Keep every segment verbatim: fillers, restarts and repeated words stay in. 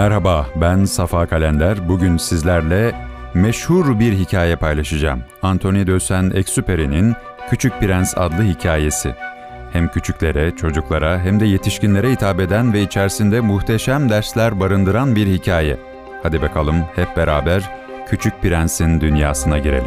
Merhaba, ben Safa Kalender. Bugün sizlerle meşhur bir hikaye paylaşacağım. Anthony de Saint-Exupéry'nin Küçük Prens adlı hikayesi. Hem küçüklere, çocuklara hem de yetişkinlere hitap eden ve içerisinde muhteşem dersler barındıran bir hikaye. Hadi bakalım hep beraber Küçük Prens'in dünyasına girelim.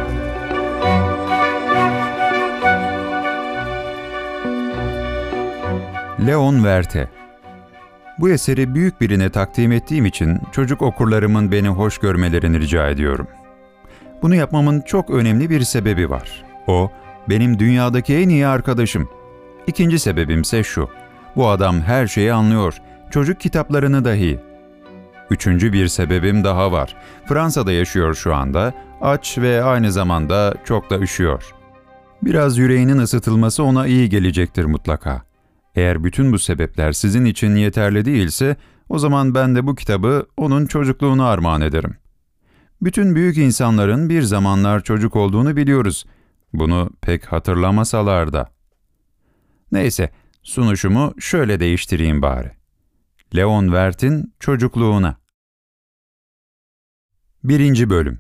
Léon Werthe. Bu eseri büyük birine takdim ettiğim için çocuk okurlarımın beni hoş görmelerini rica ediyorum. Bunu yapmamın çok önemli bir sebebi var. O, benim dünyadaki en iyi arkadaşım. İkinci sebebimse şu, bu adam her şeyi anlıyor, çocuk kitaplarını dahi. Üçüncü bir sebebim daha var. Fransa'da yaşıyor şu anda, aç ve aynı zamanda çok da üşüyor. Biraz yüreğinin ısıtılması ona iyi gelecektir mutlaka. Eğer bütün bu sebepler sizin için yeterli değilse, o zaman ben de bu kitabı onun çocukluğuna armağan ederim. Bütün büyük insanların bir zamanlar çocuk olduğunu biliyoruz. Bunu pek hatırlamasalar da. Neyse, sunuşumu şöyle değiştireyim bari. Léon Werthe'in çocukluğuna. Birinci Bölüm.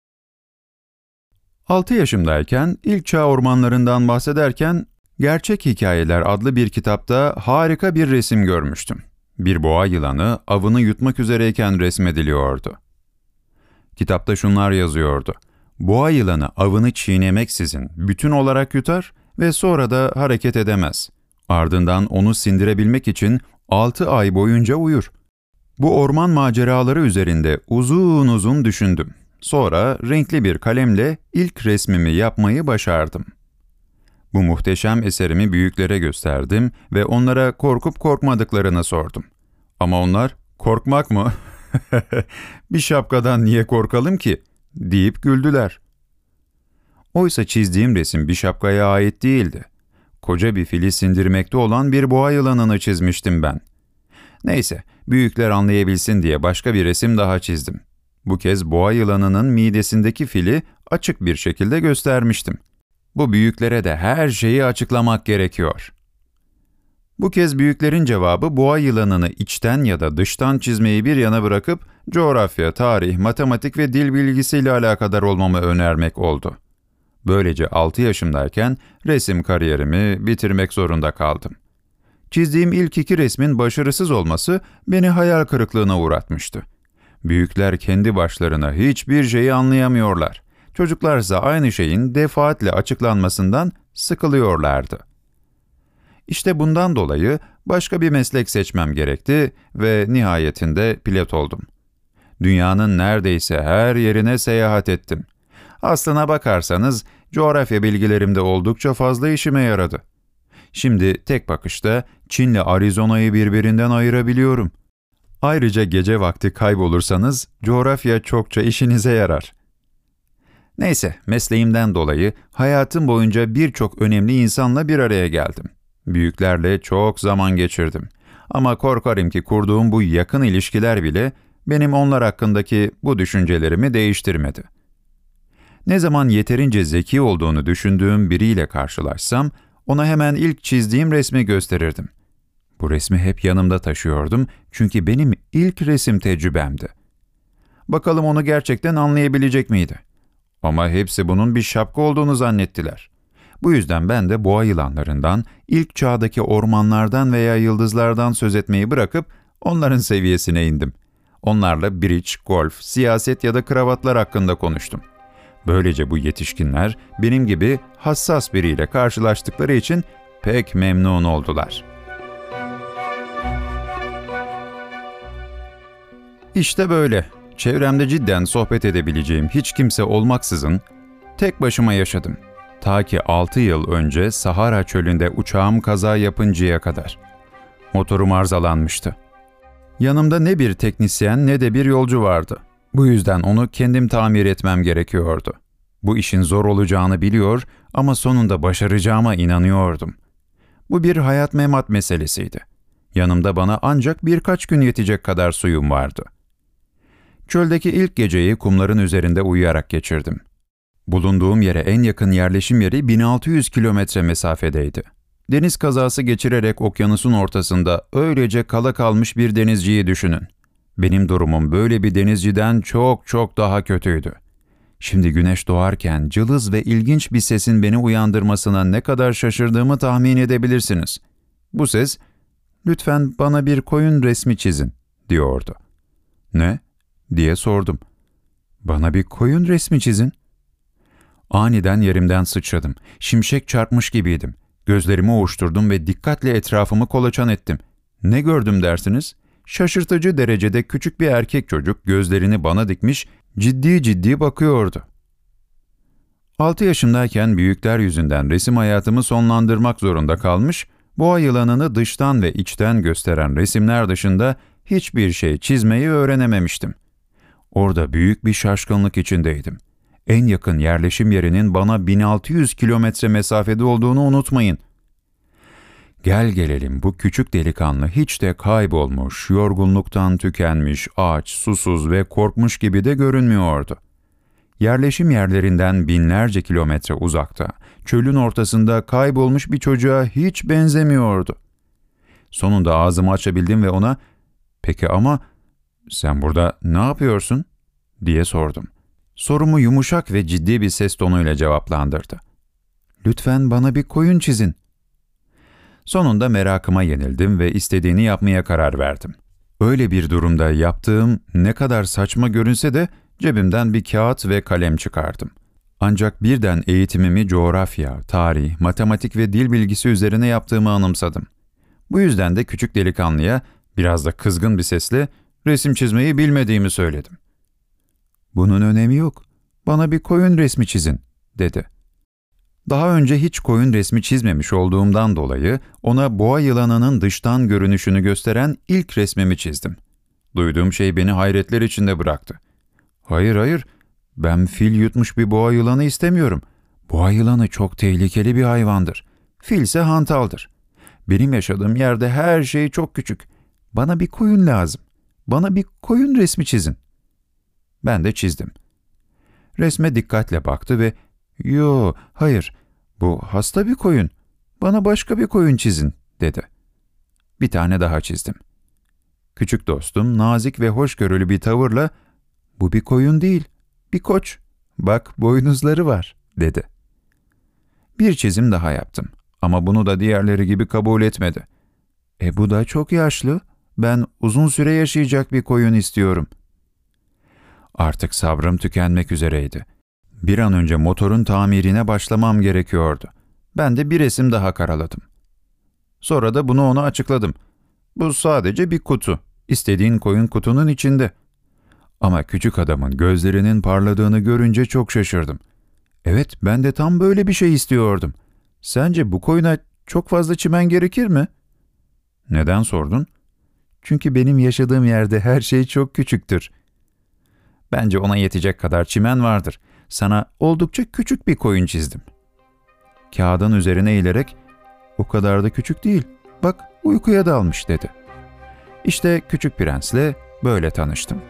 Altı yaşımdayken ilk çağ ormanlarından bahsederken Gerçek Hikayeler adlı bir kitapta harika bir resim görmüştüm. Bir boğa yılanı avını yutmak üzereyken resmediliyordu. Kitapta şunlar yazıyordu. Boğa yılanı avını çiğnemeksizin bütün olarak yutar ve sonra da hareket edemez. Ardından onu sindirebilmek için altı ay boyunca uyur. Bu orman maceraları üzerinde uzun uzun düşündüm. Sonra renkli bir kalemle ilk resmimi yapmayı başardım. Bu muhteşem eserimi büyüklere gösterdim ve onlara korkup korkmadıklarını sordum. Ama onlar, korkmak mı? Bir şapkadan niye korkalım ki? Deyip güldüler. Oysa çizdiğim resim bir şapkaya ait değildi. Koca bir fili sindirmekte olan bir boğa yılanını çizmiştim ben. Neyse, büyükler anlayabilsin diye başka bir resim daha çizdim. Bu kez boğa yılanının midesindeki fili açık bir şekilde göstermiştim. Bu büyüklere de her şeyi açıklamak gerekiyor. Bu kez büyüklerin cevabı boğa yılanını içten ya da dıştan çizmeyi bir yana bırakıp coğrafya, tarih, matematik ve dil bilgisiyle alakadar olmamı önermek oldu. Böylece altı yaşımdayken resim kariyerimi bitirmek zorunda kaldım. Çizdiğim ilk iki resmin başarısız olması beni hayal kırıklığına uğratmıştı. Büyükler kendi başlarına hiçbir şeyi anlayamıyorlar. Çocuklarsa aynı şeyin defaatle açıklanmasından sıkılıyorlardı. İşte bundan dolayı başka bir meslek seçmem gerekti ve nihayetinde pilot oldum. Dünyanın neredeyse her yerine seyahat ettim. Aslına bakarsanız coğrafya bilgilerim de oldukça fazla işime yaradı. Şimdi tek bakışta Çin'le Arizona'yı birbirinden ayırabiliyorum. Ayrıca gece vakti kaybolursanız coğrafya çokça işinize yarar. Neyse, mesleğimden dolayı hayatım boyunca birçok önemli insanla bir araya geldim. Büyüklerle çok zaman geçirdim. Ama korkarım ki kurduğum bu yakın ilişkiler bile benim onlar hakkındaki bu düşüncelerimi değiştirmedi. Ne zaman yeterince zeki olduğunu düşündüğüm biriyle karşılaşsam, ona hemen ilk çizdiğim resmi gösterirdim. Bu resmi hep yanımda taşıyordum çünkü benim ilk resim tecrübemdi. Bakalım onu gerçekten anlayabilecek miydi? Ama hepsi bunun bir şapka olduğunu zannettiler. Bu yüzden ben de boğa yılanlarından, ilk çağdaki ormanlardan veya yıldızlardan söz etmeyi bırakıp onların seviyesine indim. Onlarla bridge, golf, siyaset ya da kravatlar hakkında konuştum. Böylece bu yetişkinler benim gibi hassas biriyle karşılaştıkları için pek memnun oldular. İşte böyle. Çevremde cidden sohbet edebileceğim hiç kimse olmaksızın tek başıma yaşadım. Ta ki altı yıl önce Sahara çölünde uçağım kaza yapıncaya kadar. Motorum arızalanmıştı. Yanımda ne bir teknisyen ne de bir yolcu vardı. Bu yüzden onu kendim tamir etmem gerekiyordu. Bu işin zor olacağını biliyor ama sonunda başaracağıma inanıyordum. Bu bir hayat memat meselesiydi. Yanımda bana ancak birkaç gün yetecek kadar suyum vardı. Çöldeki ilk geceyi kumların üzerinde uyuyarak geçirdim. Bulunduğum yere en yakın yerleşim yeri bin altı yüz kilometre mesafedeydi. Deniz kazası geçirerek okyanusun ortasında öylece kala kalmış bir denizciyi düşünün. Benim durumum böyle bir denizciden çok çok daha kötüydü. Şimdi güneş doğarken cılız ve ilginç bir sesin beni uyandırmasına ne kadar şaşırdığımı tahmin edebilirsiniz. Bu ses, "Lütfen bana bir koyun resmi çizin," diyordu. "Ne?" diye sordum. "Bana bir koyun resmi çizin." Aniden yerimden sıçradım. Şimşek çarpmış gibiydim. Gözlerimi ovuşturdum ve dikkatle etrafımı kolaçan ettim. Ne gördüm dersiniz? Şaşırtıcı derecede küçük bir erkek çocuk gözlerini bana dikmiş, ciddi ciddi bakıyordu. Altı yaşındayken büyükler yüzünden resim hayatımı sonlandırmak zorunda kalmış, boğa yılanını dıştan ve içten gösteren resimler dışında hiçbir şey çizmeyi öğrenememiştim. Orada büyük bir şaşkınlık içindeydim. En yakın yerleşim yerinin bana bin altı yüz kilometre mesafede olduğunu unutmayın. Gel gelelim bu küçük delikanlı hiç de kaybolmuş, yorgunluktan tükenmiş, aç, susuz ve korkmuş gibi de görünmüyordu. Yerleşim yerlerinden binlerce kilometre uzakta, çölün ortasında kaybolmuş bir çocuğa hiç benzemiyordu. Sonunda ağzımı açabildim ve ona, "Peki ama sen burada ne yapıyorsun?" diye sordum. Sorumu yumuşak ve ciddi bir ses tonuyla cevaplandırdı. "Lütfen bana bir koyun çizin." Sonunda merakıma yenildim ve istediğini yapmaya karar verdim. Öyle bir durumda yaptığım ne kadar saçma görünse de cebimden bir kağıt ve kalem çıkardım. Ancak birden eğitimimi coğrafya, tarih, matematik ve dil bilgisi üzerine yaptığımı anımsadım. Bu yüzden de küçük delikanlıya biraz da kızgın bir sesle resim çizmeyi bilmediğimi söyledim. "Bunun önemi yok. Bana bir koyun resmi çizin," dedi. Daha önce hiç koyun resmi çizmemiş olduğumdan dolayı ona boğa yılanının dıştan görünüşünü gösteren ilk resmimi çizdim. Duyduğum şey beni hayretler içinde bıraktı. "Hayır hayır, ben fil yutmuş bir boğa yılanı istemiyorum. Boğa yılanı çok tehlikeli bir hayvandır. Fil ise hantaldır. Benim yaşadığım yerde her şey çok küçük. Bana bir koyun lazım. Bana bir koyun resmi çizin." Ben de çizdim. Resme dikkatle baktı ve "Yo, hayır, bu hasta bir koyun. Bana başka bir koyun çizin," dedi. Bir tane daha çizdim. Küçük dostum nazik ve hoşgörülü bir tavırla "Bu bir koyun değil, bir koç. Bak boynuzları var," dedi. Bir çizim daha yaptım ama bunu da diğerleri gibi kabul etmedi. "E bu da çok yaşlı. Ben uzun süre yaşayacak bir koyun istiyorum." Artık sabrım tükenmek üzereydi. Bir an önce motorun tamirine başlamam gerekiyordu. Ben de bir resim daha karaladım. Sonra da bunu ona açıkladım. "Bu sadece bir kutu. İstediğin koyun kutunun içinde." Ama küçük adamın gözlerinin parladığını görünce çok şaşırdım. "Evet, ben de tam böyle bir şey istiyordum. Sence bu koyuna çok fazla çimen gerekir mi?" "Neden sordun?" "Çünkü benim yaşadığım yerde her şey çok küçüktür." "Bence ona yetecek kadar çimen vardır. Sana oldukça küçük bir koyun çizdim." Kağıdın üzerine eğilerek, "O kadar da küçük değil. Bak uykuya dalmış," dedi. İşte Küçük Prens'le böyle tanıştım.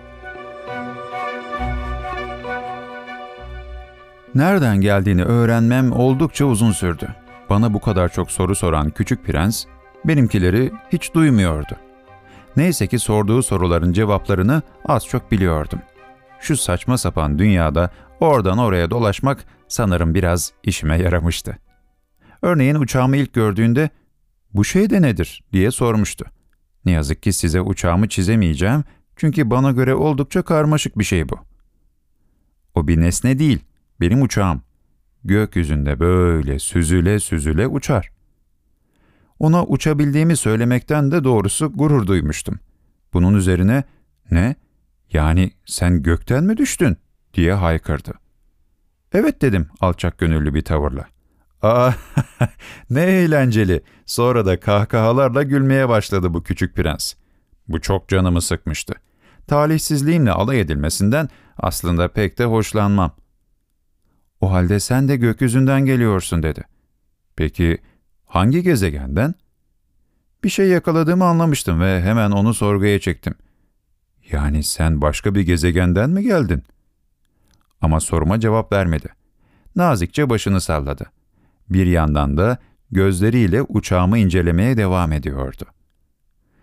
Nereden geldiğini öğrenmem oldukça uzun sürdü. Bana bu kadar çok soru soran Küçük Prens, benimkileri hiç duymuyordu. Neyse ki sorduğu soruların cevaplarını az çok biliyordum. Şu saçma sapan dünyada oradan oraya dolaşmak sanırım biraz işime yaramıştı. Örneğin uçağımı ilk gördüğünde, "Bu şey de nedir?" diye sormuştu. Ne yazık ki size uçağımı çizemeyeceğim çünkü bana göre oldukça karmaşık bir şey bu. O bir nesne değil, benim uçağım. Gökyüzünde böyle süzüle süzüle uçar. Ona uçabildiğimi söylemekten de doğrusu gurur duymuştum. Bunun üzerine, "Ne? Yani sen gökten mi düştün?" diye haykırdı. "Evet," dedim alçak gönüllü bir tavırla. "Aa, ne eğlenceli." Sonra da kahkahalarla gülmeye başladı bu küçük prens. Bu çok canımı sıkmıştı. Talihsizliğimle alay edilmesinden aslında pek de hoşlanmam. "O halde sen de gökyüzünden geliyorsun," dedi. "Peki hangi gezegenden?" Bir şey yakaladığımı anlamıştım ve hemen onu sorguya çektim. "Yani sen başka bir gezegenden mi geldin?" Ama soruma cevap vermedi. Nazikçe başını salladı. Bir yandan da gözleriyle uçağımı incelemeye devam ediyordu.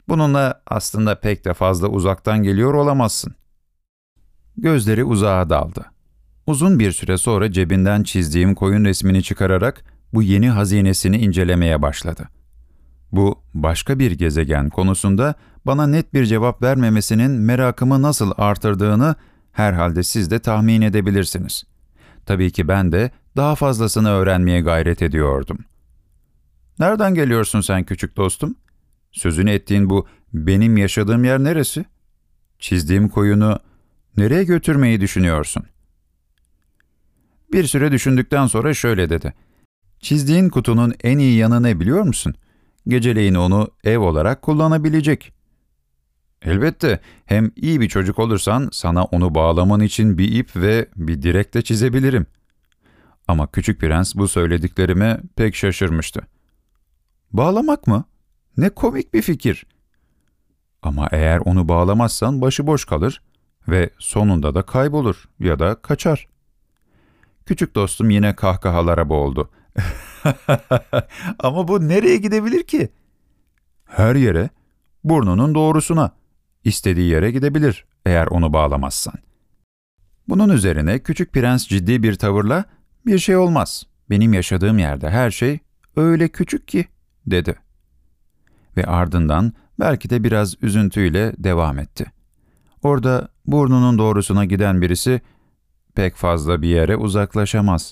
Bununla aslında pek de fazla uzaktan geliyor olamazsın. Gözleri uzağa daldı. Uzun bir süre sonra cebinden çizdiğim koyun resmini çıkararak bu yeni hazinesini incelemeye başladı. Bu başka bir gezegen konusunda bana net bir cevap vermemesinin merakımı nasıl artırdığını herhalde siz de tahmin edebilirsiniz. Tabii ki ben de daha fazlasını öğrenmeye gayret ediyordum. "Nereden geliyorsun sen küçük dostum? Sözünü ettiğin bu benim yaşadığım yer neresi? Çizdiğim koyunu nereye götürmeyi düşünüyorsun?" Bir süre düşündükten sonra şöyle dedi. "Çizdiğin kutunun en iyi yanı ne biliyor musun? Geceleyin onu ev olarak kullanabilecek." "Elbette, hem iyi bir çocuk olursan sana onu bağlaman için bir ip ve bir direk de çizebilirim." Ama küçük prens bu söylediklerime pek şaşırmıştı. "Bağlamak mı? Ne komik bir fikir." "Ama eğer onu bağlamazsan başıboş kalır ve sonunda da kaybolur ya da kaçar." Küçük dostum yine kahkahalara boğuldu. "Ama bu nereye gidebilir ki?" "Her yere, burnunun doğrusuna. İstediği yere gidebilir eğer onu bağlamazsan." Bunun üzerine küçük prens ciddi bir tavırla "Bir şey olmaz, benim yaşadığım yerde her şey öyle küçük ki," dedi. Ve ardından belki de biraz üzüntüyle devam etti. "Orada burnunun doğrusuna giden birisi pek fazla bir yere uzaklaşamaz."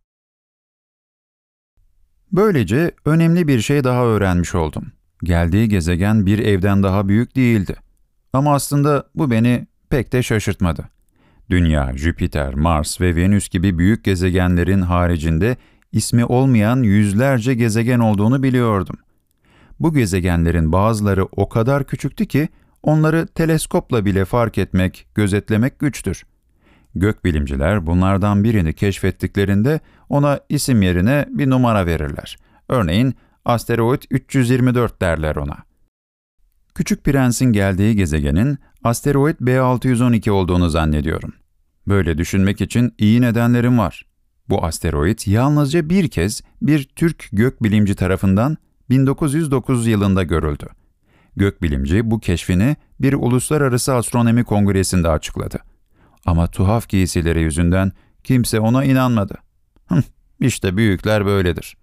Böylece önemli bir şey daha öğrenmiş oldum. Geldiği gezegen bir evden daha büyük değildi. Ama aslında bu beni pek de şaşırtmadı. Dünya, Jüpiter, Mars ve Venüs gibi büyük gezegenlerin haricinde ismi olmayan yüzlerce gezegen olduğunu biliyordum. Bu gezegenlerin bazıları o kadar küçüktü ki onları teleskopla bile fark etmek, gözetlemek güçtür. Gökbilimciler bunlardan birini keşfettiklerinde ona isim yerine bir numara verirler. Örneğin asteroid üç yüz yirmi dört derler ona. Küçük Prens'in geldiği gezegenin asteroid B altı yüz on iki olduğunu zannediyorum. Böyle düşünmek için iyi nedenlerim var. Bu asteroid yalnızca bir kez bir Türk gökbilimci tarafından bin dokuz yüz dokuz yılında görüldü. Gökbilimci bu keşfini bir uluslararası astronomi kongresinde açıkladı. Ama tuhaf giysileri yüzünden kimse ona inanmadı. Hıh, işte büyükler böyledir.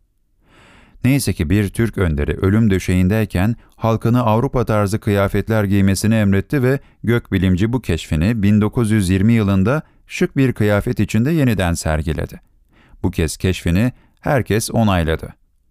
Neyse ki bir Türk önderi ölüm döşeğindeyken halkını Avrupa tarzı kıyafetler giymesini emretti ve gökbilimci bu keşfini bin dokuz yüz yirmi yılında şık bir kıyafet içinde yeniden sergiledi. Bu kez keşfini herkes onayladı.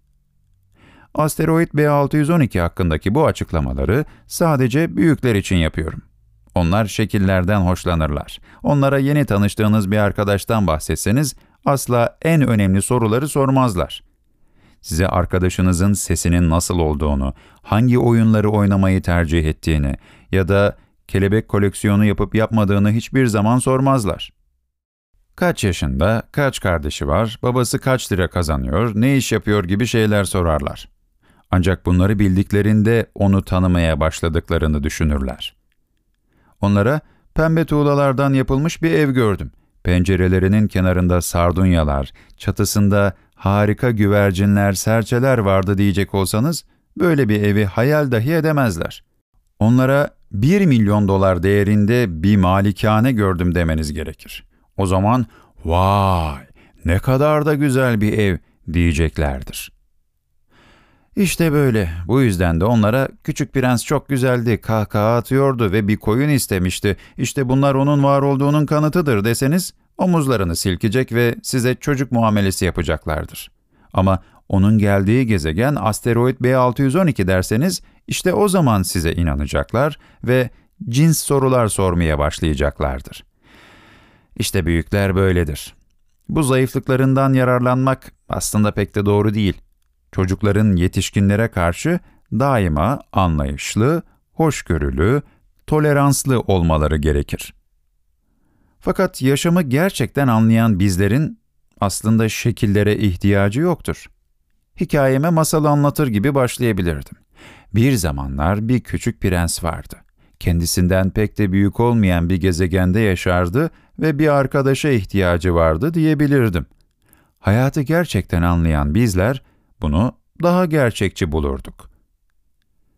Asteroid B altı yüz on iki hakkındaki bu açıklamaları sadece büyükler için yapıyorum. Onlar şekillerden hoşlanırlar. Onlara yeni tanıştığınız bir arkadaştan bahsetseniz asla en önemli soruları sormazlar. Size arkadaşınızın sesinin nasıl olduğunu, hangi oyunları oynamayı tercih ettiğini ya da kelebek koleksiyonu yapıp yapmadığını hiçbir zaman sormazlar. Kaç yaşında, kaç kardeşi var, babası kaç lira kazanıyor, ne iş yapıyor gibi şeyler sorarlar. Ancak bunları bildiklerinde onu tanımaya başladıklarını düşünürler. Onlara pembe tuğlalardan yapılmış bir ev gördüm. Pencerelerinin kenarında sardunyalar, çatısında harika güvercinler, serçeler vardı diyecek olsanız, böyle bir evi hayal dahi edemezler. Onlara bir milyon dolar değerinde bir malikane gördüm demeniz gerekir. O zaman, vay ne kadar da güzel bir ev diyeceklerdir. İşte böyle. Bu yüzden de onlara Küçük Prens çok güzeldi, kahkaha atıyordu ve bir koyun istemişti. İşte bunlar onun var olduğunun kanıtıdır deseniz, omuzlarını silkecek ve size çocuk muamelesi yapacaklardır. Ama onun geldiği gezegen asteroid B altı yüz on iki derseniz, işte o zaman size inanacaklar ve cins sorular sormaya başlayacaklardır. İşte büyükler böyledir. Bu zayıflıklarından yararlanmak aslında pek de doğru değil. Çocukların yetişkinlere karşı daima anlayışlı, hoşgörülü, toleranslı olmaları gerekir. Fakat yaşamı gerçekten anlayan bizlerin aslında şekillere ihtiyacı yoktur. Hikayeme masal anlatır gibi başlayabilirdim. Bir zamanlar bir küçük prens vardı. Kendisinden pek de büyük olmayan bir gezegende yaşardı ve bir arkadaşa ihtiyacı vardı diyebilirdim. Hayatı gerçekten anlayan bizler bunu daha gerçekçi bulurduk.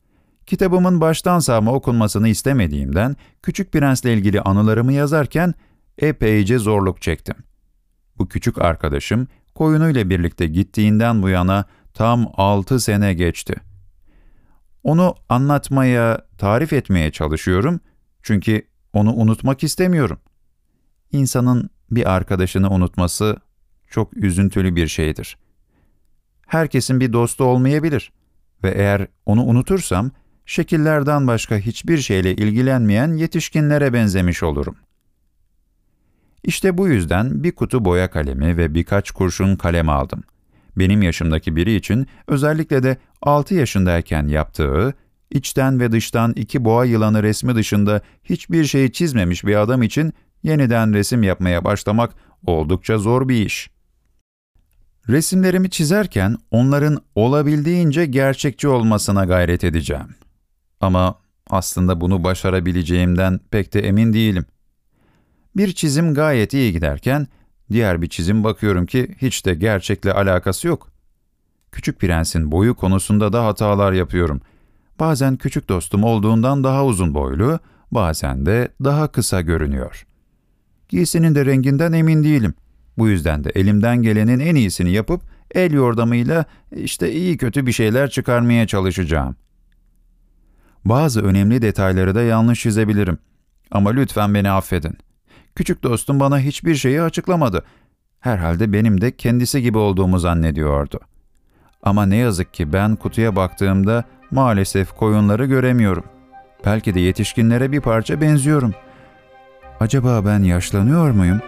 Kitabımın baştan sağma okunmasını istemediğimden Küçük Prens'le ilgili anılarımı yazarken epeyce zorluk çektim. Bu küçük arkadaşım koyunuyla birlikte gittiğinden bu yana tam altı sene geçti. Onu anlatmaya, tarif etmeye çalışıyorum çünkü onu unutmak istemiyorum. İnsanın bir arkadaşını unutması çok üzüntülü bir şeydir. Herkesin bir dostu olmayabilir ve eğer onu unutursam, şekillerden başka hiçbir şeyle ilgilenmeyen yetişkinlere benzemiş olurum. İşte bu yüzden bir kutu boya kalemi ve birkaç kurşun kalem aldım. Benim yaşımdaki biri için özellikle de altı yaşındayken yaptığı, içten ve dıştan iki boğa yılanı resmi dışında hiçbir şey çizmemiş bir adam için yeniden resim yapmaya başlamak oldukça zor bir iş. Resimlerimi çizerken onların olabildiğince gerçekçi olmasına gayret edeceğim. Ama aslında bunu başarabileceğimden pek de emin değilim. Bir çizim gayet iyi giderken, diğer bir çizim bakıyorum ki hiç de gerçekle alakası yok. Küçük Prens'in boyu konusunda da hatalar yapıyorum. Bazen küçük dostum olduğundan daha uzun boylu, bazen de daha kısa görünüyor. Giysinin de renginden emin değilim. Bu yüzden de elimden gelenin en iyisini yapıp el yordamıyla işte iyi kötü bir şeyler çıkarmaya çalışacağım. Bazı önemli detayları da yanlış çizebilirim. Ama lütfen beni affedin. Küçük dostum bana hiçbir şeyi açıklamadı. Herhalde benim de kendisi gibi olduğumu zannediyordu. Ama ne yazık ki ben kutuya baktığımda maalesef koyunları göremiyorum. Belki de yetişkinlere bir parça benziyorum. Acaba ben yaşlanıyor muyum?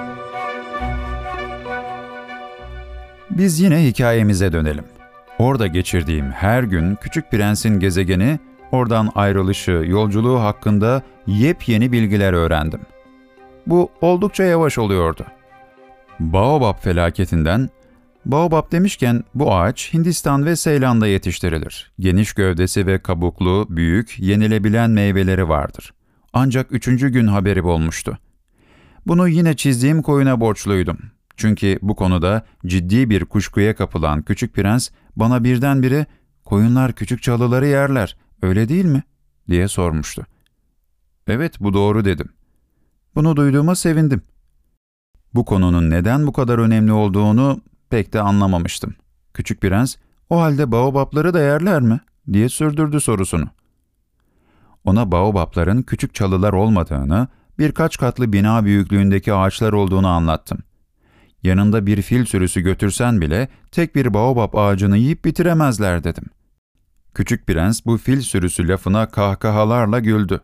Biz yine hikayemize dönelim. Orada geçirdiğim her gün Küçük Prens'in gezegeni, oradan ayrılışı, yolculuğu hakkında yepyeni bilgiler öğrendim. Bu oldukça yavaş oluyordu. Baobab felaketinden, baobab demişken bu ağaç Hindistan ve Seylan'da yetiştirilir. Geniş gövdesi ve kabuklu, büyük, yenilebilen meyveleri vardır. Ancak üçüncü gün haberi olmuştu. Bunu yine çizdiğim koyuna borçluydum. Çünkü bu konuda ciddi bir kuşkuya kapılan Küçük Prens bana birdenbire "Koyunlar küçük çalıları yerler, öyle değil mi?" diye sormuştu. "Evet, bu doğru," dedim. Bunu duyduğuma sevindim. Bu konunun neden bu kadar önemli olduğunu pek de anlamamıştım. Küçük Prens, "O halde baobabları da yerler mi?" diye sürdürdü sorusunu. Ona baobabların küçük çalılar olmadığını, birkaç katlı bina büyüklüğündeki ağaçlar olduğunu anlattım. Yanında bir fil sürüsü götürsen bile tek bir baobab ağacını yiyip bitiremezler dedim. Küçük Prens bu fil sürüsü lafına kahkahalarla güldü.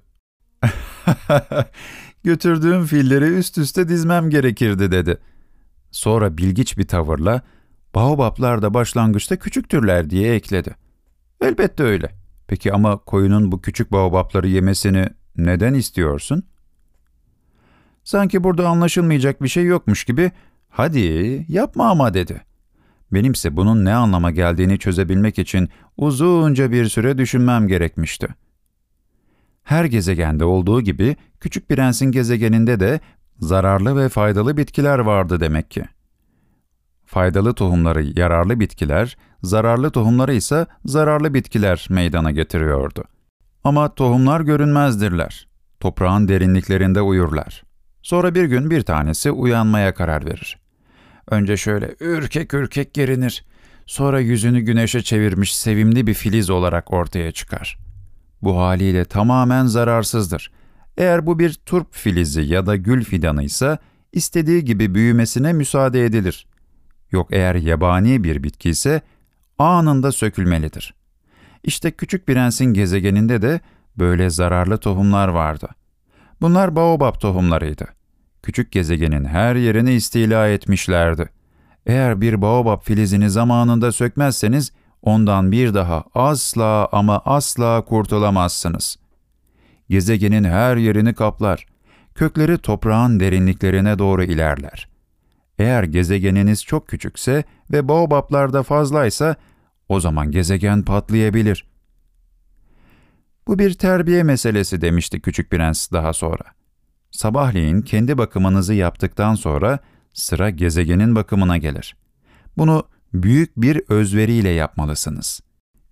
"Götürdüğüm filleri üst üste dizmem gerekirdi," dedi. Sonra bilgiç bir tavırla, "Baobablar da başlangıçta küçüktürler," diye ekledi. "Elbette öyle. Peki ama koyunun bu küçük baobabları yemesini neden istiyorsun?" Sanki burada anlaşılmayacak bir şey yokmuş gibi, "Hadi yapma ama," dedi. Benimse bunun ne anlama geldiğini çözebilmek için uzunca bir süre düşünmem gerekmişti. Her gezegende olduğu gibi Küçük Prens'in gezegeninde de zararlı ve faydalı bitkiler vardı demek ki. Faydalı tohumları yararlı bitkiler, zararlı tohumları ise zararlı bitkiler meydana getiriyordu. Ama tohumlar görünmezdirler. Toprağın derinliklerinde uyurlar. Sonra bir gün bir tanesi uyanmaya karar verir. Önce şöyle ürkek ürkek gerinir. Sonra yüzünü güneşe çevirmiş sevimli bir filiz olarak ortaya çıkar. Bu haliyle tamamen zararsızdır. Eğer bu bir turp filizi ya da gül fidanı ise istediği gibi büyümesine müsaade edilir. Yok eğer yabani bir bitki ise anında sökülmelidir. İşte Küçük Prens'in gezegeninde de böyle zararlı tohumlar vardı. Bunlar baobab tohumlarıydı. Küçük gezegenin her yerini istila etmişlerdi. Eğer bir baobab filizini zamanında sökmezseniz ondan bir daha asla ama asla kurtulamazsınız. Gezegenin her yerini kaplar. Kökleri toprağın derinliklerine doğru ilerler. Eğer gezegeniniz çok küçükse ve baobablar da fazlaysa o zaman gezegen patlayabilir. Bu bir terbiye meselesi demişti Küçük Prens daha sonra. Sabahleyin kendi bakımınızı yaptıktan sonra sıra gezegenin bakımına gelir. Bunu büyük bir özveriyle yapmalısınız.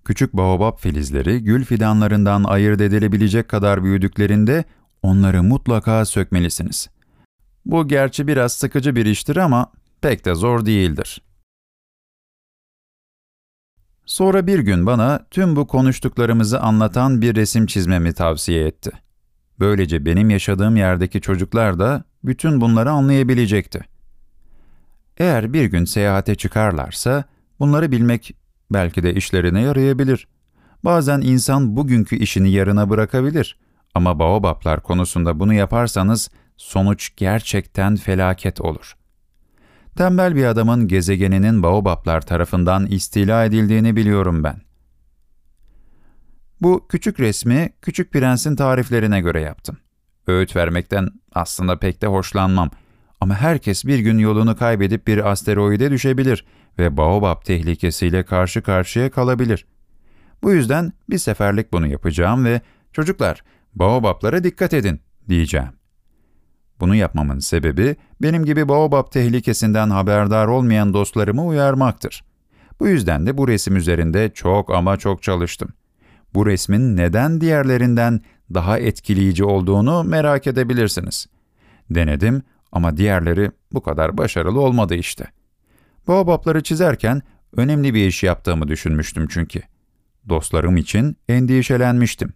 Küçük baobab filizleri gül fidanlarından ayırt edilebilecek kadar büyüdüklerinde onları mutlaka sökmelisiniz. Bu gerçi biraz sıkıcı bir iştir ama pek de zor değildir. Sonra bir gün bana tüm bu konuştuklarımızı anlatan bir resim çizmemi tavsiye etti. Böylece benim yaşadığım yerdeki çocuklar da bütün bunları anlayabilecekti. Eğer bir gün seyahate çıkarlarsa bunları bilmek belki de işlerine yarayabilir. Bazen insan bugünkü işini yarına bırakabilir. Ama baobablar konusunda bunu yaparsanız sonuç gerçekten felaket olur. Tembel bir adamın gezegeninin baobablar tarafından istila edildiğini biliyorum ben. Bu küçük resmi Küçük Prens'in tariflerine göre yaptım. Öğüt vermekten aslında pek de hoşlanmam. Ama herkes bir gün yolunu kaybedip bir asteroide düşebilir ve baobab tehlikesiyle karşı karşıya kalabilir. Bu yüzden bir seferlik bunu yapacağım ve çocuklar, baobablara dikkat edin diyeceğim. Bunu yapmamın sebebi benim gibi baobab tehlikesinden haberdar olmayan dostlarımı uyarmaktır. Bu yüzden de bu resim üzerinde çok ama çok çalıştım. Bu resmin neden diğerlerinden daha etkileyici olduğunu merak edebilirsiniz. Denedim ama diğerleri bu kadar başarılı olmadı işte. Baobabları çizerken önemli bir iş yaptığımı düşünmüştüm çünkü. Dostlarım için endişelenmiştim.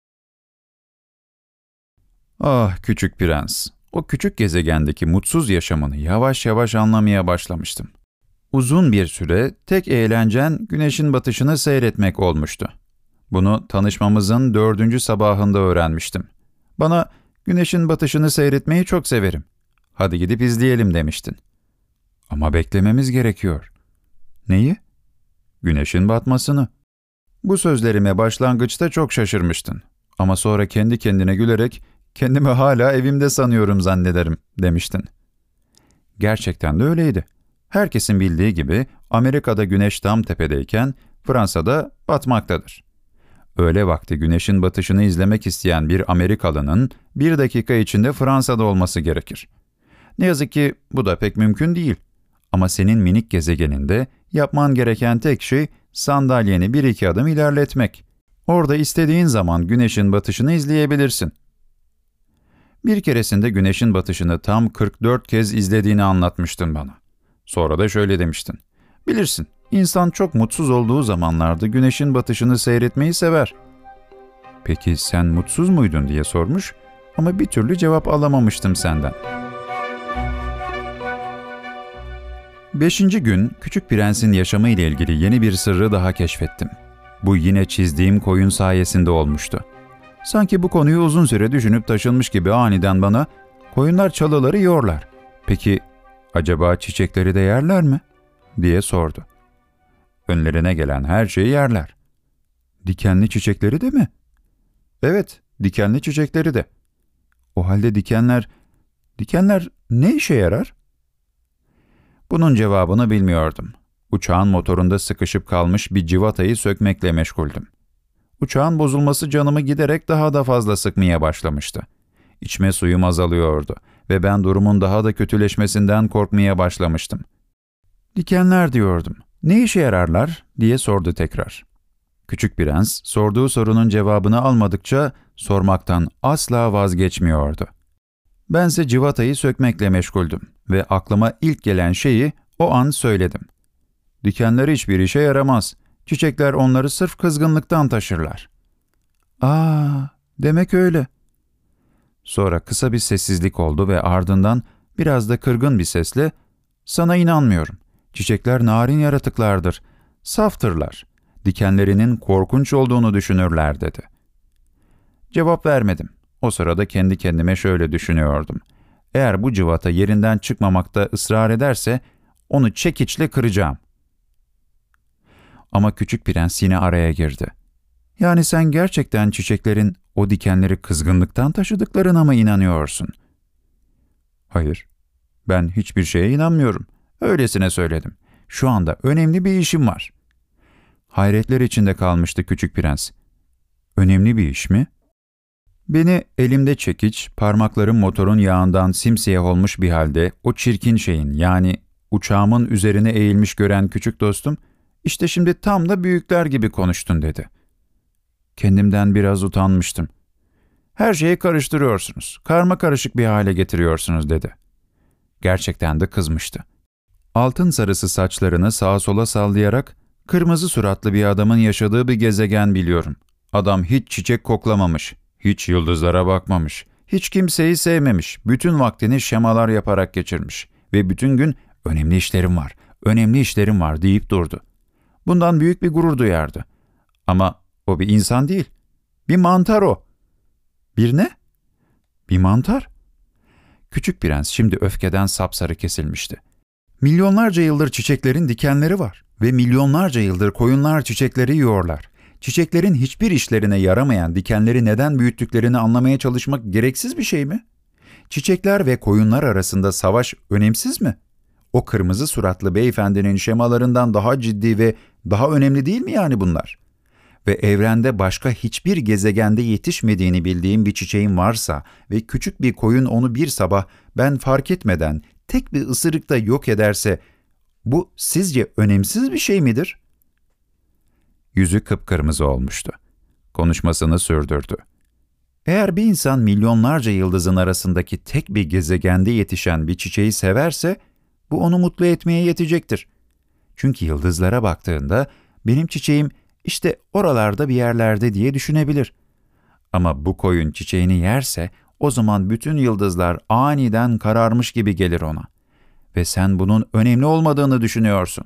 Ah küçük prens, o küçük gezegendeki mutsuz yaşamını yavaş yavaş anlamaya başlamıştım. Uzun bir süre tek eğlencen güneşin batışını seyretmek olmuştu. Bunu tanışmamızın dördüncü sabahında öğrenmiştim. Bana güneşin batışını seyretmeyi çok severim. Hadi gidip izleyelim demiştin. Ama beklememiz gerekiyor. Neyi? Güneşin batmasını. Bu sözlerime başlangıçta çok şaşırmıştın. Ama sonra kendi kendine gülerek kendimi hala evimde sanıyorum zannederim demiştin. Gerçekten de öyleydi. Herkesin bildiği gibi Amerika'da güneş tam tepedeyken Fransa'da batmaktadır. Öğle vakti güneşin batışını izlemek isteyen bir Amerikalının bir dakika içinde Fransa'da olması gerekir. Ne yazık ki bu da pek mümkün değil. Ama senin minik gezegeninde yapman gereken tek şey sandalyeni bir iki adım ilerletmek. Orada istediğin zaman güneşin batışını izleyebilirsin. Bir keresinde güneşin batışını tam kırk dört kez izlediğini anlatmıştın bana. Sonra da şöyle demiştin. Bilirsin, insan çok mutsuz olduğu zamanlarda güneşin batışını seyretmeyi sever. Peki sen mutsuz muydun diye sormuş ama bir türlü cevap alamamıştım senden. Beşinci gün Küçük Prens'in yaşamı ile ilgili yeni bir sırrı daha keşfettim. Bu yine çizdiğim koyun sayesinde olmuştu. Sanki bu konuyu uzun süre düşünüp taşınmış gibi aniden bana, koyunlar çalıları yiyorlar. Peki acaba çiçekleri de yerler mi? Diye sordu. Önlerine gelen her şeyi yerler. Dikenli çiçekleri de mi? Evet, dikenli çiçekleri de. O halde dikenler, dikenler ne işe yarar? Bunun cevabını bilmiyordum. Uçağın motorunda sıkışıp kalmış bir civatayı sökmekle meşguldüm. Uçağın bozulması canımı giderek daha da fazla sıkmaya başlamıştı. İçme suyum azalıyordu ve ben durumun daha da kötüleşmesinden korkmaya başlamıştım. Dikenler diyordum. Ne işe yararlar diye sordu tekrar. Küçük Prens sorduğu sorunun cevabını almadıkça sormaktan asla vazgeçmiyordu. Bense civatayı sökmekle meşguldüm ve aklıma ilk gelen şeyi o an söyledim. Dikenler hiçbir işe yaramaz. Çiçekler onları sırf kızgınlıktan taşırlar. Aa, demek öyle. Sonra kısa bir sessizlik oldu ve ardından biraz da kırgın bir sesle, sana inanmıyorum. Çiçekler narin yaratıklardır. Saftırlar. Dikenlerinin korkunç olduğunu düşünürler dedi. Cevap vermedim. O sırada kendi kendime şöyle düşünüyordum. Eğer bu cıvata yerinden çıkmamakta ısrar ederse onu çekiçle kıracağım. Ama Küçük Prens yine araya girdi. Yani sen gerçekten çiçeklerin o dikenleri kızgınlıktan taşıdıklarına mı inanıyorsun? Hayır, ben hiçbir şeye inanmıyorum. Öylesine söyledim. Şu anda önemli bir işim var. Hayretler içinde kalmıştı Küçük Prens. Önemli bir iş mi? Beni elimde çekiç, parmaklarım motorun yağından simsiyah olmuş bir halde o çirkin şeyin yani uçağımın üzerine eğilmiş gören küçük dostum, İşte şimdi tam da büyükler gibi konuştun dedi. Kendimden biraz utanmıştım. Her şeyi karıştırıyorsunuz, karma karışık bir hale getiriyorsunuz dedi. Gerçekten de kızmıştı. Altın sarısı saçlarını sağa sola sallayarak, kırmızı suratlı bir adamın yaşadığı bir gezegen biliyorum. Adam hiç çiçek koklamamış, hiç yıldızlara bakmamış, hiç kimseyi sevmemiş, bütün vaktini şemalar yaparak geçirmiş ve bütün gün önemli işlerim var, önemli işlerim var deyip durdu. Bundan büyük bir gurur duyardı. Ama o bir insan değil, bir mantar o. Bir ne? Bir mantar. Küçük prens şimdi öfkeden sapsarı kesilmişti. Milyonlarca yıldır çiçeklerin dikenleri var ve milyonlarca yıldır koyunlar çiçekleri yiyorlar. Çiçeklerin hiçbir işlerine yaramayan dikenleri neden büyüttüklerini anlamaya çalışmak gereksiz bir şey mi? Çiçekler ve koyunlar arasında savaş önemsiz mi? O kırmızı suratlı beyefendinin şemalarından daha ciddi ve daha önemli değil mi yani bunlar? Ve evrende başka hiçbir gezegende yetişmediğini bildiğim bir çiçeğim varsa ve küçük bir koyun onu bir sabah ben fark etmeden tek bir ısırıkta yok ederse, bu sizce önemsiz bir şey midir? Yüzü kıpkırmızı olmuştu. Konuşmasını sürdürdü. Eğer bir insan milyonlarca yıldızın arasındaki tek bir gezegende yetişen bir çiçeği severse, bu onu mutlu etmeye yetecektir. Çünkü yıldızlara baktığında benim çiçeğim işte oralarda bir yerlerde diye düşünebilir. Ama bu koyun çiçeğini yerse, o zaman bütün yıldızlar aniden kararmış gibi gelir ona. Ve sen bunun önemli olmadığını düşünüyorsun.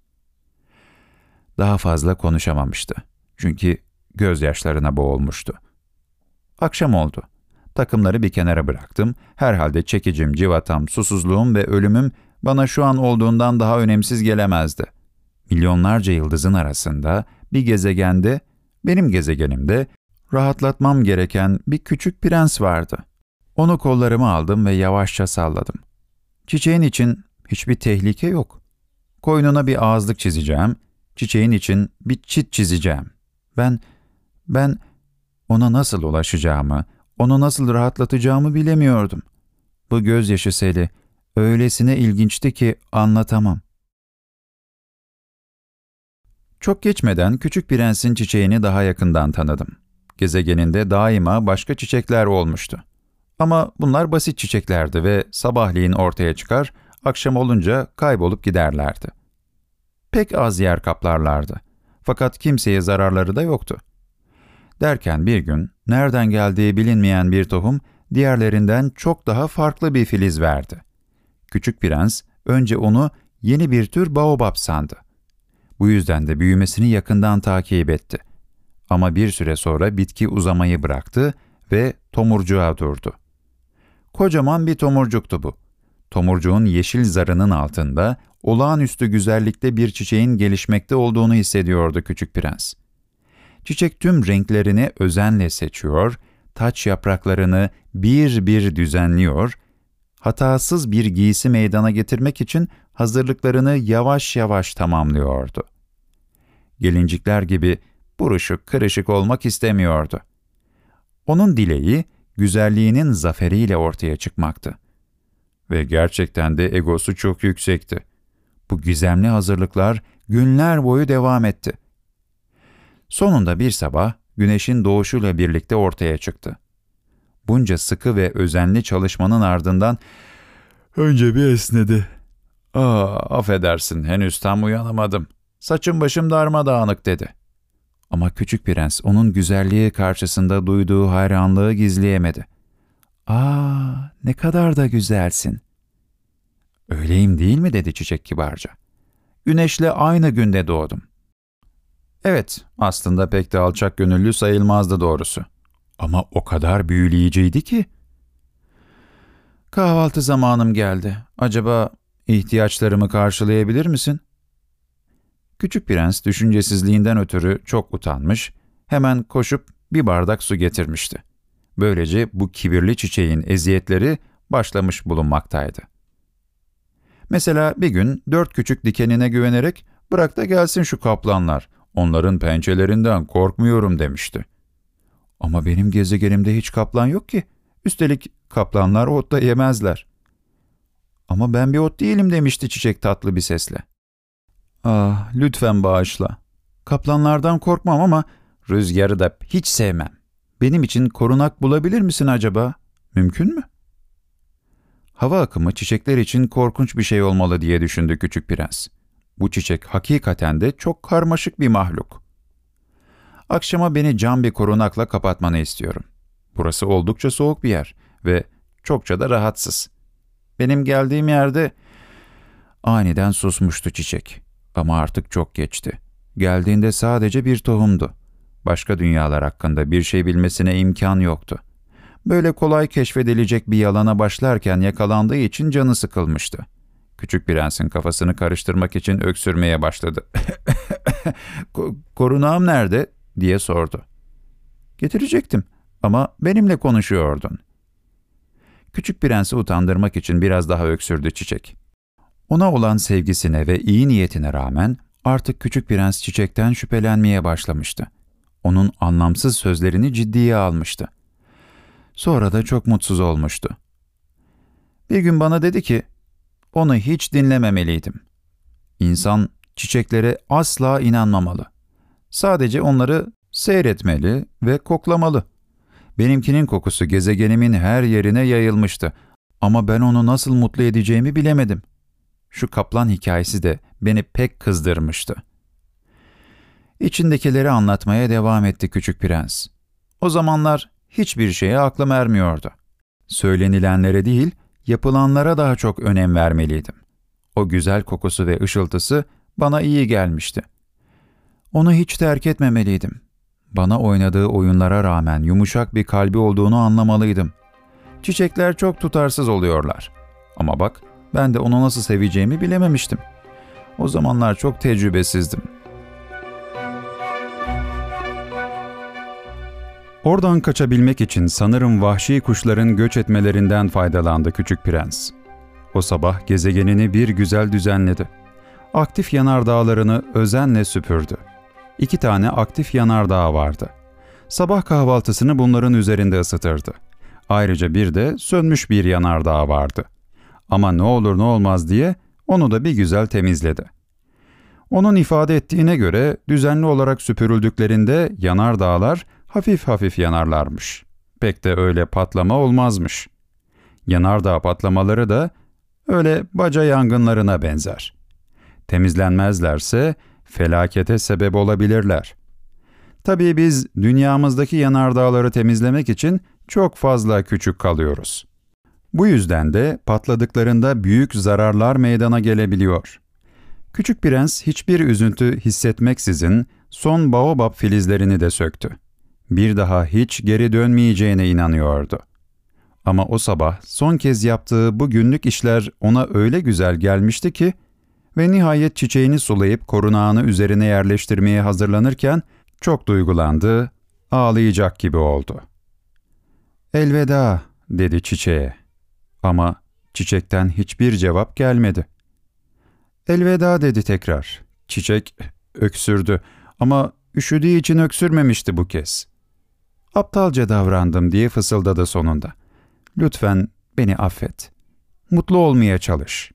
Daha fazla konuşamamıştı. Çünkü gözyaşlarına boğulmuştu. Akşam oldu. Takımları bir kenara bıraktım. Herhalde çekicim, civatam, susuzluğum ve ölümüm bana şu an olduğundan daha önemsiz gelemezdi. Milyonlarca yıldızın arasında bir gezegende, benim gezegenimde, rahatlatmam gereken bir küçük prens vardı. Onu kollarıma aldım ve yavaşça salladım. Çiçeğin için hiçbir tehlike yok. Koynuna bir ağızlık çizeceğim, çiçeğin için bir çit çizeceğim. Ben, ben ona nasıl ulaşacağımı, onu nasıl rahatlatacağımı bilemiyordum. Bu gözyaşı seli öylesine ilginçti ki anlatamam. Çok geçmeden küçük prensin çiçeğini daha yakından tanıdım. Gezegeninde daima başka çiçekler olmuştu. Ama bunlar basit çiçeklerdi ve sabahleyin ortaya çıkar, akşam olunca kaybolup giderlerdi. Pek az yer kaplarlardı. Fakat kimseye zararları da yoktu. Derken bir gün nereden geldiği bilinmeyen bir tohum diğerlerinden çok daha farklı bir filiz verdi. Küçük prens önce onu yeni bir tür baobab sandı. Bu yüzden de büyümesini yakından takip etti. Ama bir süre sonra bitki uzamayı bıraktı ve tomurcuğa durdu. Kocaman bir tomurcuktu bu. Tomurcuğun yeşil zarının altında olağanüstü güzellikte bir çiçeğin gelişmekte olduğunu hissediyordu küçük prens. Çiçek tüm renklerini özenle seçiyor, taç yapraklarını bir bir düzenliyor, hatasız bir giysi meydana getirmek için hazırlıklarını yavaş yavaş tamamlıyordu. Gelincikler gibi buruşuk kırışık olmak istemiyordu. Onun dileği, güzelliğinin zaferiyle ortaya çıkmaktı. Ve gerçekten de egosu çok yüksekti. Bu gizemli hazırlıklar günler boyu devam etti. Sonunda bir sabah güneşin doğuşuyla birlikte ortaya çıktı. Bunca sıkı ve özenli çalışmanın ardından önce bir esnedi. "Aa, affedersin, henüz tam uyanamadım. Saçım başım darmadağınık" dedi. Ama küçük prens onun güzelliği karşısında duyduğu hayranlığı gizleyemedi. "Aa, ne kadar da güzelsin." "Öyleyim değil mi?" dedi çiçek kibarca. "Güneşle aynı günde doğdum." Evet, aslında pek de alçak gönüllü sayılmazdı doğrusu. Ama o kadar büyüleyiciydi ki. "Kahvaltı zamanım geldi. Acaba ihtiyaçlarımı karşılayabilir misin?" Küçük prens düşüncesizliğinden ötürü çok utanmış, hemen koşup bir bardak su getirmişti. Böylece bu kibirli çiçeğin eziyetleri başlamış bulunmaktaydı. Mesela bir gün dört küçük dikenine güvenerek "Bırak da gelsin şu kaplanlar, onların pençelerinden korkmuyorum" demişti. "Ama benim gezegenimde hiç kaplan yok ki. Üstelik kaplanlar ot da yemezler." "Ama ben bir ot değilim" demişti çiçek tatlı bir sesle. Ah, lütfen bağışla. Kaplanlardan korkmam ama rüzgarı da hiç sevmem. Benim için korunak bulabilir misin acaba? Mümkün mü? Hava akımı çiçekler için korkunç bir şey olmalı diye düşündü küçük prens. Bu çiçek hakikaten de çok karmaşık bir mahluk. Akşama beni cam bir korunakla kapatmanı istiyorum. Burası oldukça soğuk bir yer ve çokça da rahatsız. Benim geldiğim yerde aniden susmuştu çiçek. Ama artık çok geçti. Geldiğinde sadece bir tohumdu. Başka dünyalar hakkında bir şey bilmesine imkan yoktu. Böyle kolay keşfedilecek bir yalana başlarken yakalandığı için canı sıkılmıştı. Küçük prensin kafasını karıştırmak için öksürmeye başladı. "Korunağım nerede?" diye sordu. "Getirecektim ama benimle konuşuyordun." Küçük prensi utandırmak için biraz daha öksürdü çiçek. Ona olan sevgisine ve iyi niyetine rağmen artık küçük prens çiçekten şüphelenmeye başlamıştı. Onun anlamsız sözlerini ciddiye almıştı. Sonra da çok mutsuz olmuştu. Bir gün bana dedi ki, onu hiç dinlememeliydim. İnsan çiçeklere asla inanmamalı. Sadece onları seyretmeli ve koklamalı. Benimkinin kokusu gezegenimin her yerine yayılmıştı. Ama ben onu nasıl mutlu edeceğimi bilemedim. Şu kaplan hikayesi de beni pek kızdırmıştı. İçindekileri anlatmaya devam etti küçük prens. O zamanlar hiçbir şeye aklım ermiyordu. Söylenilenlere değil, yapılanlara daha çok önem vermeliydim. O güzel kokusu ve ışıltısı bana iyi gelmişti. Onu hiç terk etmemeliydim. Bana oynadığı oyunlara rağmen yumuşak bir kalbi olduğunu anlamalıydım. Çiçekler çok tutarsız oluyorlar. Ama bak, ben de onu nasıl seveceğimi bilememiştim. O zamanlar çok tecrübesizdim. Oradan kaçabilmek için sanırım vahşi kuşların göç etmelerinden faydalandı küçük prens. O sabah gezegenini bir güzel düzenledi. Aktif yanardağlarını özenle süpürdü. İki tane aktif yanardağ vardı. Sabah kahvaltısını bunların üzerinde ısıtırdı. Ayrıca bir de sönmüş bir yanardağ vardı. Ama ne olur ne olmaz diye onu da bir güzel temizledi. Onun ifade ettiğine göre düzenli olarak süpürüldüklerinde yanardağlar hafif hafif yanarlarmış. Pek de öyle patlama olmazmış. Yanardağ patlamaları da öyle baca yangınlarına benzer. Temizlenmezlerse felakete sebep olabilirler. Tabii biz dünyamızdaki yanardağları temizlemek için çok fazla küçük kalıyoruz. Bu yüzden de patladıklarında büyük zararlar meydana gelebiliyor. Küçük prens hiçbir üzüntü hissetmeksizin son baobab filizlerini de söktü. Bir daha hiç geri dönmeyeceğine inanıyordu. Ama o sabah son kez yaptığı bu günlük işler ona öyle güzel gelmişti ki ve nihayet çiçeğini sulayıp korunağını üzerine yerleştirmeye hazırlanırken çok duygulandı, ağlayacak gibi oldu. "Elveda," dedi çiçeğe. Ama çiçekten hiçbir cevap gelmedi. "Elveda," dedi tekrar. Çiçek öksürdü ama üşüdüğü için öksürmemişti bu kez. "Aptalca davrandım," diye fısıldadı sonunda. "Lütfen beni affet. Mutlu olmaya çalış."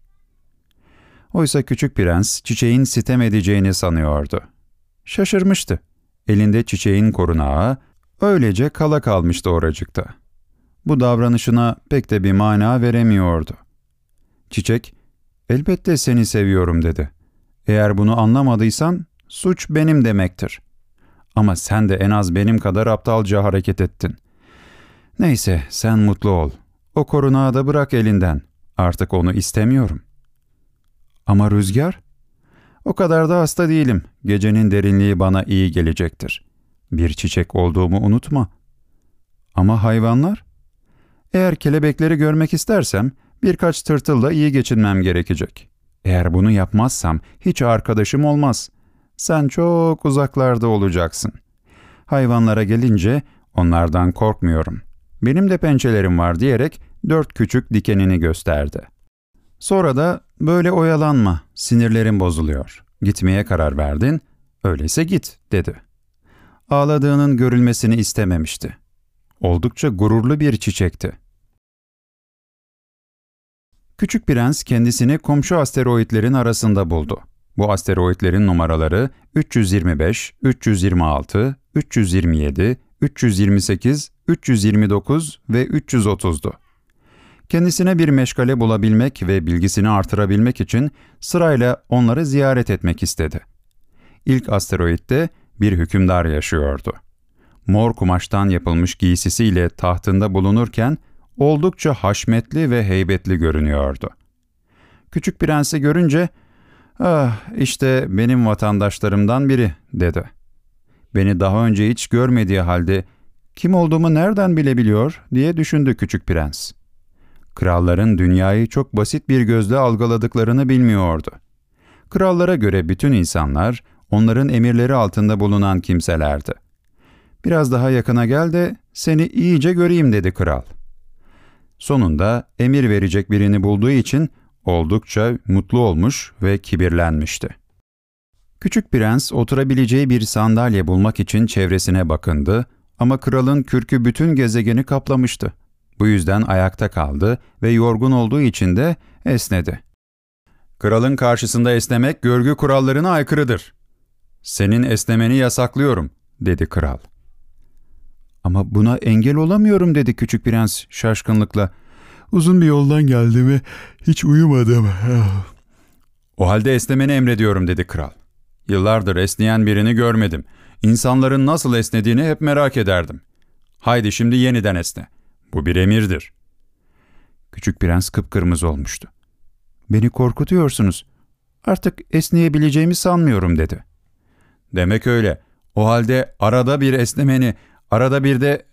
Oysa küçük prens çiçeğin sitem edeceğini sanıyordu. Şaşırmıştı. Elinde çiçeğin korunağı öylece kala kalmıştı oracıkta. Bu davranışına pek de bir mana veremiyordu. Çiçek, "Elbette seni seviyorum," dedi. "Eğer bunu anlamadıysan suç benim demektir. Ama sen de en az benim kadar aptalca hareket ettin. Neyse, sen mutlu ol. O korunağı da bırak elinden. Artık onu istemiyorum." "Ama rüzgar?" "O kadar da hasta değilim. Gecenin derinliği bana iyi gelecektir. Bir çiçek olduğumu unutma." "Ama hayvanlar?" "Eğer kelebekleri görmek istersem birkaç tırtılla iyi geçinmem gerekecek. Eğer bunu yapmazsam hiç arkadaşım olmaz. Sen çok uzaklarda olacaksın. Hayvanlara gelince onlardan korkmuyorum. Benim de pençelerim var," diyerek dört küçük dikenini gösterdi. Sonra da "Böyle oyalanma, sinirlerim bozuluyor. Gitmeye karar verdin, öyleyse git," dedi. Ağladığının görülmesini istememişti. Oldukça gururlu bir çiçekti. Küçük prens kendisini komşu asteroidlerin arasında buldu. Bu asteroidlerin numaraları üç yüz yirmi beş, üç yüz yirmi altı, üç yüz yirmi yedi, üç yüz yirmi sekiz, üç yüz yirmi dokuz ve üç yüz otuzdu. Kendisine bir meşgale bulabilmek ve bilgisini artırabilmek için sırayla onları ziyaret etmek istedi. İlk asteroidde bir hükümdar yaşıyordu. Mor kumaştan yapılmış giysisiyle tahtında bulunurken oldukça haşmetli ve heybetli görünüyordu. Küçük prensi görünce, "Ah, işte benim vatandaşlarımdan biri," dedi. Beni daha önce hiç görmediği halde kim olduğumu nereden bilebiliyor diye düşündü küçük prens. Kralların dünyayı çok basit bir gözle algıladıklarını bilmiyordu. Krallara göre bütün insanlar onların emirleri altında bulunan kimselerdi. "Biraz daha yakına gel de seni iyice göreyim," dedi kral. Sonunda emir verecek birini bulduğu için oldukça mutlu olmuş ve kibirlenmişti. Küçük prens oturabileceği bir sandalye bulmak için çevresine bakındı ama kralın kürkü bütün gezegeni kaplamıştı. Bu yüzden ayakta kaldı ve yorgun olduğu için de esnedi. "Kralın karşısında esnemek görgü kurallarına aykırıdır. Senin esnemeni yasaklıyorum," dedi kral. "Ama buna engel olamıyorum," dedi küçük prens şaşkınlıkla. "Uzun bir yoldan geldim ve hiç uyumadım." "O halde esnemeni emrediyorum," dedi kral. "Yıllardır esneyen birini görmedim. İnsanların nasıl esnediğini hep merak ederdim. Haydi şimdi yeniden esne. Bu bir emirdir." Küçük prens kıpkırmızı olmuştu. "Beni korkutuyorsunuz. Artık esneyebileceğimi sanmıyorum," dedi. "Demek öyle. O halde arada bir esnemeni, arada bir de..."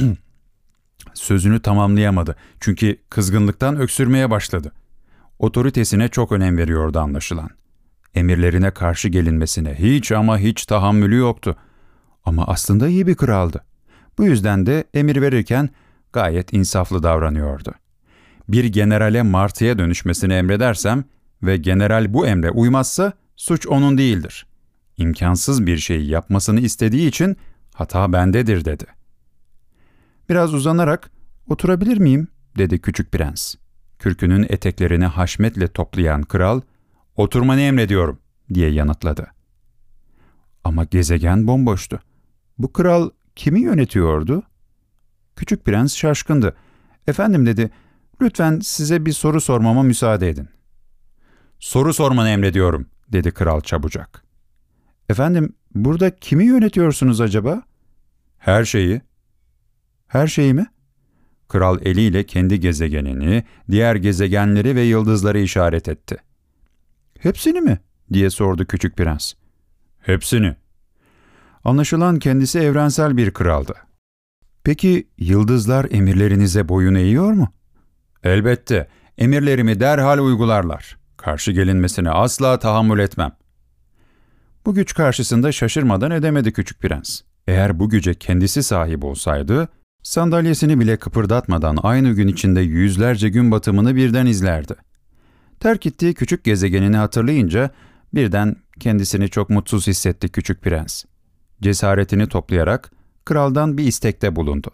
Sözünü tamamlayamadı çünkü kızgınlıktan öksürmeye başladı. Otoritesine çok önem veriyordu anlaşılan. Emirlerine karşı gelinmesine hiç ama hiç tahammülü yoktu. Ama aslında iyi bir kraldı. Bu yüzden de emir verirken gayet insaflı davranıyordu. Bir generale martıya dönüşmesini emredersem ve general bu emre uymazsa suç onun değildir. İmkansız bir şeyi yapmasını istediği için hata bendedir, dedi. Biraz uzanarak, "Oturabilir miyim?" dedi küçük prens. Kürkünün eteklerini haşmetle toplayan kral, "Oturmanı emrediyorum," diye yanıtladı. Ama gezegen bomboştu. Bu kral kimi yönetiyordu? Küçük prens şaşkındı. "Efendim," dedi, "lütfen size bir soru sormama müsaade edin." "Soru sormanı emrediyorum," dedi kral çabucak. "Efendim, burada kimi yönetiyorsunuz acaba?" "Her şeyi." "Her şeyi mi?" Kral eliyle kendi gezegenini, diğer gezegenleri ve yıldızları işaret etti. "Hepsini mi?" diye sordu küçük prens. "Hepsini." Anlaşılan kendisi evrensel bir kraldı. "Peki yıldızlar emirlerinize boyun eğiyor mu?" "Elbette, emirlerimi derhal uygularlar. Karşı gelinmesine asla tahammül etmem." Bu güç karşısında şaşırmadan edemedi küçük prens. Eğer bu güce kendisi sahip olsaydı, sandalyesini bile kıpırdatmadan aynı gün içinde yüzlerce gün batımını birden izlerdi. Terk ettiği küçük gezegenini hatırlayınca birden kendisini çok mutsuz hissetti küçük prens. Cesaretini toplayarak kraldan bir istekte bulundu.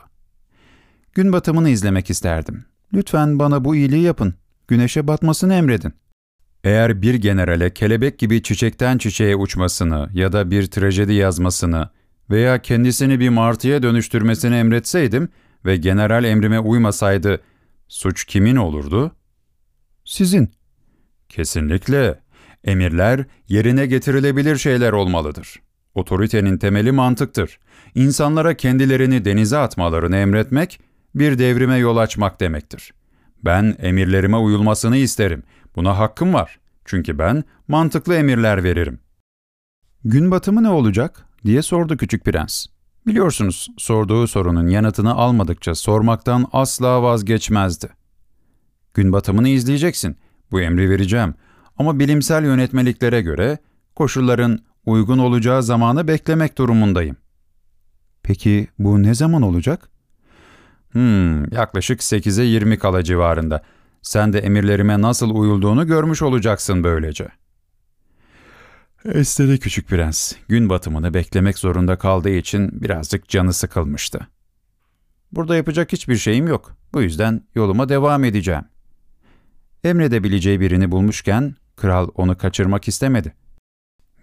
"Gün batımını izlemek isterdim. Lütfen bana bu iyiliği yapın. Güneşe batmasını emredin." Eğer bir generale kelebek gibi çiçekten çiçeğe uçmasını ya da bir trajedi yazmasını veya kendisini bir martıya dönüştürmesini emretseydim ve general emrime uymasaydı, suç kimin olurdu? "Sizin." "Kesinlikle. Emirler yerine getirilebilir şeyler olmalıdır. Otoritenin temeli mantıktır. İnsanlara kendilerini denize atmalarını emretmek, bir devrime yol açmak demektir. Ben emirlerime uyulmasını isterim. Buna hakkım var. Çünkü ben mantıklı emirler veririm." "Gün batımı ne olacak?" diye sordu küçük prens. Biliyorsunuz, sorduğu sorunun yanıtını almadıkça sormaktan asla vazgeçmezdi. "Gün batımını izleyeceksin. Bu emri vereceğim. Ama bilimsel yönetmeliklere göre koşulların uygun olacağı zamanı beklemek durumundayım." "Peki bu ne zaman olacak?" Hmm, yaklaşık sekize yirmi kala civarında. Sen de emirlerime nasıl uyulduğunu görmüş olacaksın böylece." Esnedi küçük prens. Gün batımını beklemek zorunda kaldığı için birazcık canı sıkılmıştı. "Burada yapacak hiçbir şeyim yok. Bu yüzden yoluma devam edeceğim." Emredebileceği birini bulmuşken kral onu kaçırmak istemedi.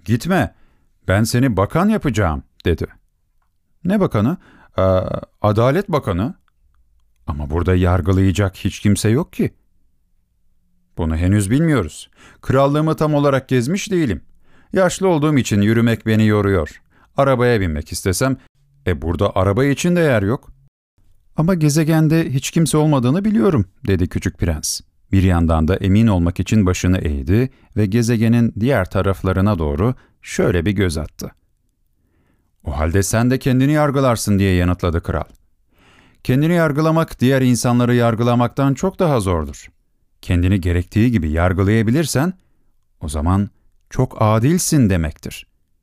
Gitme, ben seni bakan yapacağım, dedi. Ne bakanı? Ee, Adalet Bakanı. Ama burada yargılayacak hiç kimse yok ki. Bunu henüz bilmiyoruz. Krallığımı tam olarak gezmiş değilim. Yaşlı olduğum için yürümek beni yoruyor. Arabaya binmek istesem, e burada araba için de yer yok. Ama gezegende hiç kimse olmadığını biliyorum, dedi küçük prens. Bir yandan da emin olmak için başını eğdi ve gezegenin diğer taraflarına doğru şöyle bir göz attı. O halde sen de kendini yargılarsın, diye yanıtladı kral. Kendini yargılamak diğer insanları yargılamaktan çok daha zordur. Kendini gerektiği gibi yargılayabilirsen, o zaman çok adilsin demektir.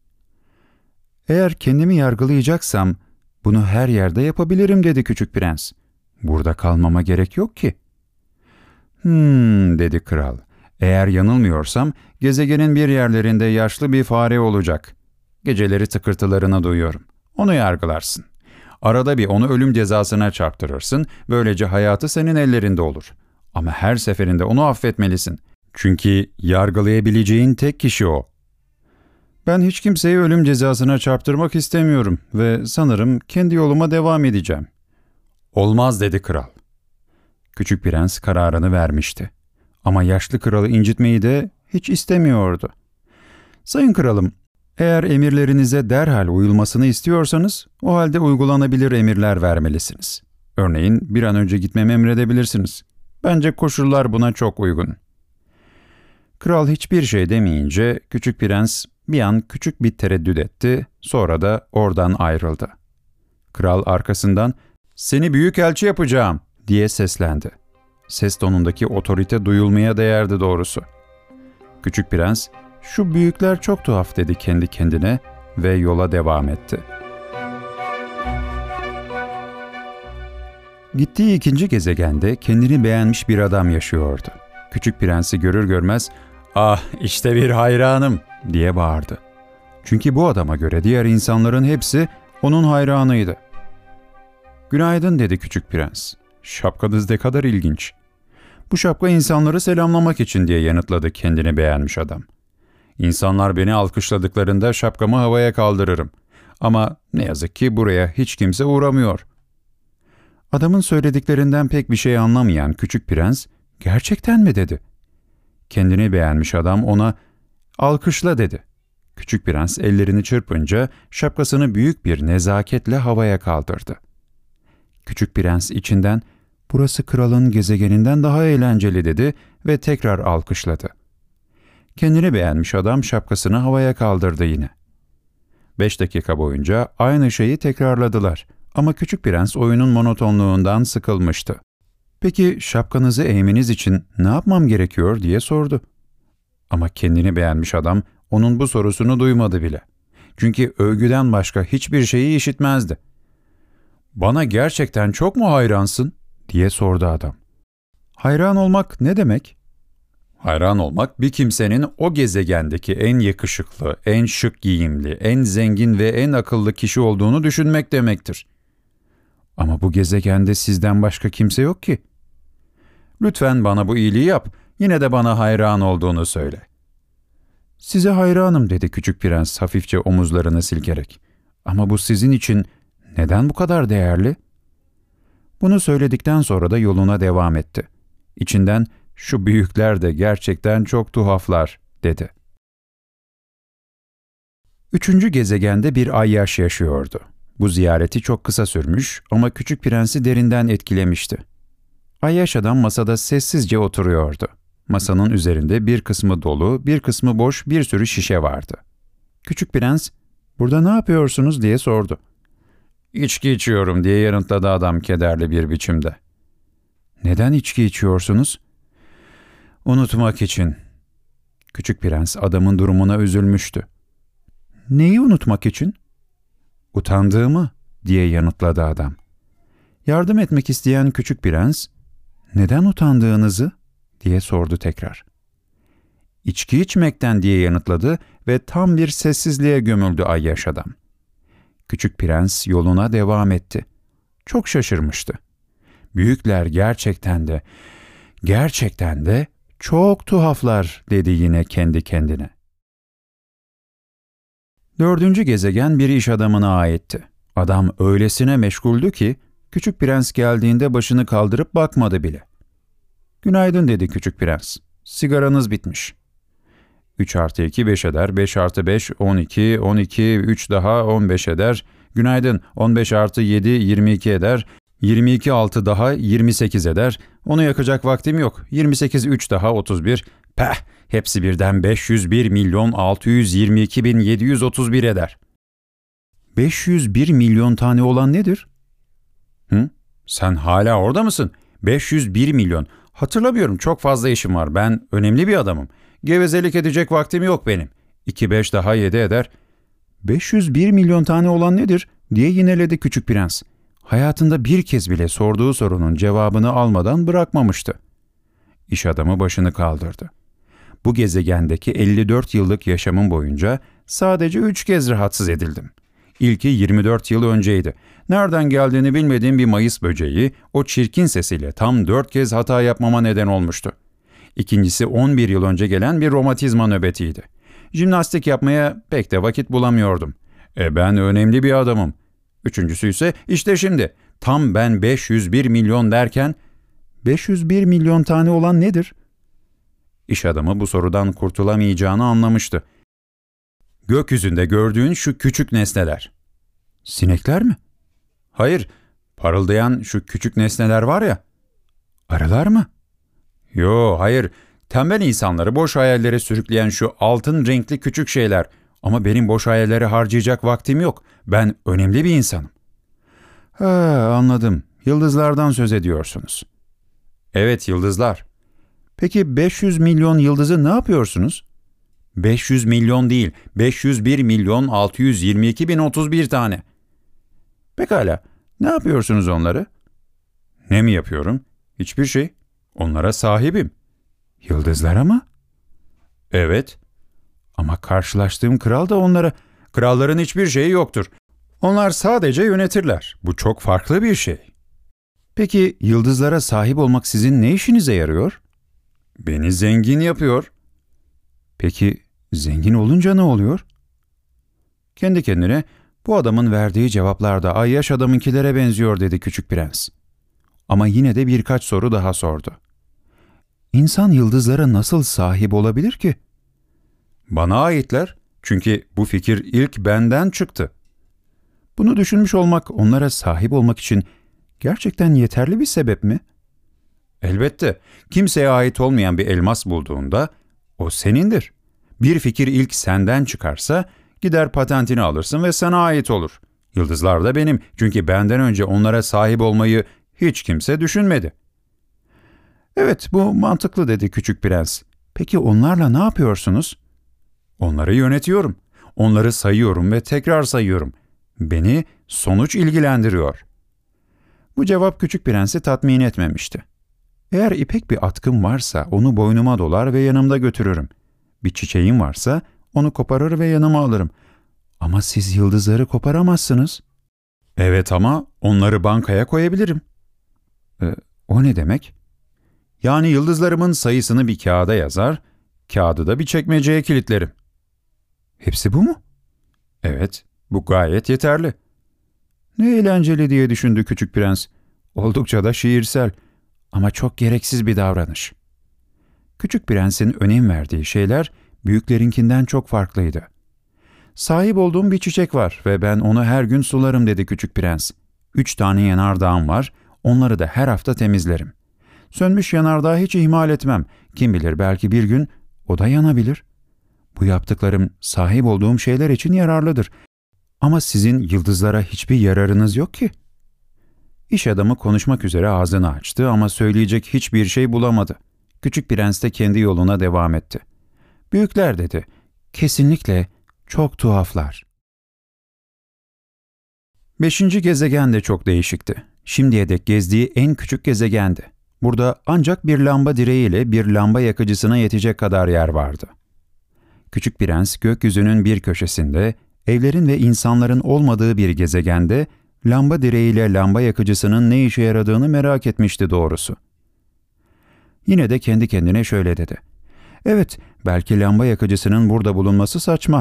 Eğer kendimi yargılayacaksam, bunu her yerde yapabilirim, dedi küçük prens. Burada kalmama gerek yok ki. Hmm, dedi kral. Eğer yanılmıyorsam, gezegenin bir yerlerinde yaşlı bir fare olacak. Geceleri tıkırtılarını duyuyorum. Onu yargılarsın. Arada bir onu ölüm cezasına çarptırırsın, böylece hayatı senin ellerinde olur. Ama her seferinde onu affetmelisin. Çünkü yargılayabileceğin tek kişi o. Ben hiç kimseyi ölüm cezasına çarptırmak istemiyorum ve sanırım kendi yoluma devam edeceğim. Olmaz, dedi kral. Küçük prens kararını vermişti. Ama yaşlı kralı incitmeyi de hiç istemiyordu. Sayın kralım, eğer emirlerinize derhal uyulmasını istiyorsanız, o halde uygulanabilir emirler vermelisiniz. Örneğin bir an önce gitmemi emredebilirsiniz. Bence koşullar buna çok uygun. Kral hiçbir şey demeyince küçük prens bir an küçük bir tereddüt etti, sonra da oradan ayrıldı. Kral arkasından "Seni büyükelçi yapacağım," diye seslendi. Ses tonundaki otorite duyulmaya değerdi doğrusu. Küçük prens, "Şu büyükler çok tuhaf," dedi kendi kendine ve yola devam etti. Gittiği ikinci gezegende kendini beğenmiş bir adam yaşıyordu. Küçük prensi görür görmez, "Ah, işte bir hayranım," diye bağırdı. Çünkü bu adama göre diğer insanların hepsi onun hayranıydı. "Günaydın," dedi küçük prens. "Şapkanız ne kadar ilginç." "Bu şapka insanları selamlamak için," diye yanıtladı kendini beğenmiş adam. "İnsanlar beni alkışladıklarında şapkamı havaya kaldırırım. Ama ne yazık ki buraya hiç kimse uğramıyor." Adamın söylediklerinden pek bir şey anlamayan küçük prens, "Gerçekten mi?" dedi. Kendini beğenmiş adam ona, "Alkışla," dedi. Küçük prens ellerini çırpınca şapkasını büyük bir nezaketle havaya kaldırdı. Küçük prens içinden, "Burası kralın gezegeninden daha eğlenceli," dedi ve tekrar alkışladı. Kendini beğenmiş adam şapkasını havaya kaldırdı yine. Beş dakika boyunca aynı şeyi tekrarladılar ama küçük prens oyunun monotonluğundan sıkılmıştı. "Peki şapkanızı eğmeniz için ne yapmam gerekiyor?" diye sordu. Ama kendini beğenmiş adam onun bu sorusunu duymadı bile. Çünkü övgüden başka hiçbir şeyi işitmezdi. "Bana gerçekten çok mu hayransın?" diye sordu adam. "Hayran olmak ne demek?" "Hayran olmak, bir kimsenin o gezegendeki en yakışıklı, en şık giyimli, en zengin ve en akıllı kişi olduğunu düşünmek demektir." "Ama bu gezegende sizden başka kimse yok ki." "Lütfen bana bu iyiliği yap, yine de bana hayran olduğunu söyle." "Size hayranım," dedi küçük prens hafifçe omuzlarını silkerek. "Ama bu sizin için neden bu kadar değerli?" Bunu söyledikten sonra da yoluna devam etti. İçinden, "Şu büyükler de gerçekten çok tuhaflar," dedi. Üçüncü gezegende bir ayyaş yaşıyordu. Bu ziyareti çok kısa sürmüş ama küçük prensi derinden etkilemişti. Ayyaş adam masada sessizce oturuyordu. Masanın üzerinde bir kısmı dolu, bir kısmı boş bir sürü şişe vardı. Küçük prens, "Burada ne yapıyorsunuz?" diye sordu. "İçki içiyorum," diye yanıtladı adam kederli bir biçimde. "Neden içki içiyorsunuz?" "Unutmak için." Küçük prens adamın durumuna üzülmüştü. "Neyi unutmak için?" "Utandığımı," diye yanıtladı adam. Yardım etmek isteyen küçük prens, "Neden utandığınızı?" diye sordu tekrar. "İçki içmekten," diye yanıtladı ve tam bir sessizliğe gömüldü ayyaş adam. Küçük prens yoluna devam etti. Çok şaşırmıştı. "Büyükler gerçekten de, gerçekten de çok tuhaflar," dedi yine kendi kendine. Dördüncü gezegen bir iş adamına aitti. Adam öylesine meşguldü ki, Küçük Prens geldiğinde başını kaldırıp bakmadı bile. "Günaydın," dedi Küçük Prens. "Sigaranız bitmiş." üç artı iki beş eder, beş artı beş on iki, on iki, üç daha on beş eder. "Günaydın, on beş artı yedi yirmi iki eder, yirmi iki altı daha yirmi sekiz eder. Onu yakacak vaktim yok. yirmi sekiz üç daha otuz bir. Peh, hepsi birden beş yüz bir milyon altı yüz yirmi iki bin yedi yüz otuz bir eder." beş yüz bir milyon tane olan nedir? Hı? Sen hala orada mısın? beş yüz bir milyon. Hatırlamıyorum, çok fazla işim var. Ben önemli bir adamım. Gevezelik edecek vaktim yok benim. iki beş daha yedi eder. beş yüz bir milyon tane olan nedir? Diye yineledi Küçük Prens. Hayatında bir kez bile sorduğu sorunun cevabını almadan bırakmamıştı. İş adamı başını kaldırdı. Bu gezegendeki elli dört yıllık yaşamım boyunca sadece üç kez rahatsız edildim. İlki yirmi dört yıl önceydi. Nereden geldiğini bilmediğim bir mayıs böceği o çirkin sesiyle tam dört kez hata yapmama neden olmuştu. İkincisi on bir yıl önce gelen bir romatizma nöbetiydi. Jimnastik yapmaya pek de vakit bulamıyordum. E ben önemli bir adamım. Üçüncüsü ise işte şimdi tam ben beş yüz bir milyon derken beş yüz bir milyon tane olan nedir? İş adamı bu sorudan kurtulamayacağını anlamıştı. Gökyüzünde gördüğün şu küçük nesneler. Sinekler mi? Hayır, parıldayan şu küçük nesneler var ya. Arılar mı? Yo, hayır. Tembel insanları boş hayallere sürükleyen şu altın renkli küçük şeyler. Ama benim boş hayallere harcayacak vaktim yok. Ben önemli bir insanım. Ha, anladım. Yıldızlardan söz ediyorsunuz. Evet, yıldızlar. Peki beş yüz milyon yıldızı ne yapıyorsunuz? beş yüz milyon değil, beş yüz bir milyon altı yüz yirmi iki bin otuz bir tane. Pekala, ne yapıyorsunuz onları? Ne mi yapıyorum? Hiçbir şey. Onlara sahibim. Yıldızlara mı? Evet. Ama karşılaştığım kral da onlara... Kralların hiçbir şeyi yoktur. Onlar sadece yönetirler. Bu çok farklı bir şey. Peki yıldızlara sahip olmak sizin ne işinize yarıyor? Beni zengin yapıyor. Peki zengin olunca ne oluyor? Kendi kendine bu adamın verdiği cevaplar da ayyaş adamınkilere benziyor dedi Küçük Prens. Ama yine de birkaç soru daha sordu. İnsan yıldızlara nasıl sahip olabilir ki? Bana aitler. Çünkü bu fikir ilk benden çıktı. Bunu düşünmüş olmak onlara sahip olmak için gerçekten yeterli bir sebep mi? Elbette. Kimseye ait olmayan bir elmas bulduğunda o senindir. Bir fikir ilk senden çıkarsa gider patentini alırsın ve sana ait olur. Yıldızlar da benim, çünkü benden önce onlara sahip olmayı hiç kimse düşünmedi. Evet, bu mantıklı dedi Küçük Prens. Peki onlarla ne yapıyorsunuz? Onları yönetiyorum. Onları sayıyorum ve tekrar sayıyorum. Beni sonuç ilgilendiriyor. Bu cevap Küçük Prens'i tatmin etmemişti. Eğer ipek bir atkım varsa onu boynuma dolar ve yanımda götürürüm. Bir çiçeğim varsa onu koparır ve yanıma alırım. Ama siz yıldızları koparamazsınız. Evet, ama onları bankaya koyabilirim. E, o ne demek? Yani yıldızlarımın sayısını bir kağıda yazar, kağıdı da bir çekmeceye kilitlerim. Hepsi bu mu? Evet, bu gayet yeterli. Ne eğlenceli diye düşündü Küçük Prens. Oldukça da şiirsel ama çok gereksiz bir davranış. Küçük Prens'in önem verdiği şeyler büyüklerinkinden çok farklıydı. Sahip olduğum bir çiçek var ve ben onu her gün sularım dedi Küçük Prens. Üç tane yanardağım var, onları da her hafta temizlerim. Sönmüş yanardağı hiç ihmal etmem. Kim bilir, belki bir gün o da yanabilir. Bu yaptıklarım sahip olduğum şeyler için yararlıdır. Ama sizin yıldızlara hiçbir yararınız yok ki. İş adamı konuşmak üzere ağzını açtı ama söyleyecek hiçbir şey bulamadı. Küçük Prens de kendi yoluna devam etti. Büyükler dedi, kesinlikle çok tuhaflar. Beşinci gezegen de çok değişikti. Şimdiye dek gezdiği en küçük gezegendi. Burada ancak bir lamba direğiyle bir lamba yakıcısına yetecek kadar yer vardı. Küçük Prens gökyüzünün bir köşesinde, evlerin ve insanların olmadığı bir gezegende lamba direğiyle lamba yakıcısının ne işe yaradığını merak etmişti doğrusu. Yine de kendi kendine şöyle dedi. Evet, belki lamba yakıcısının burada bulunması saçma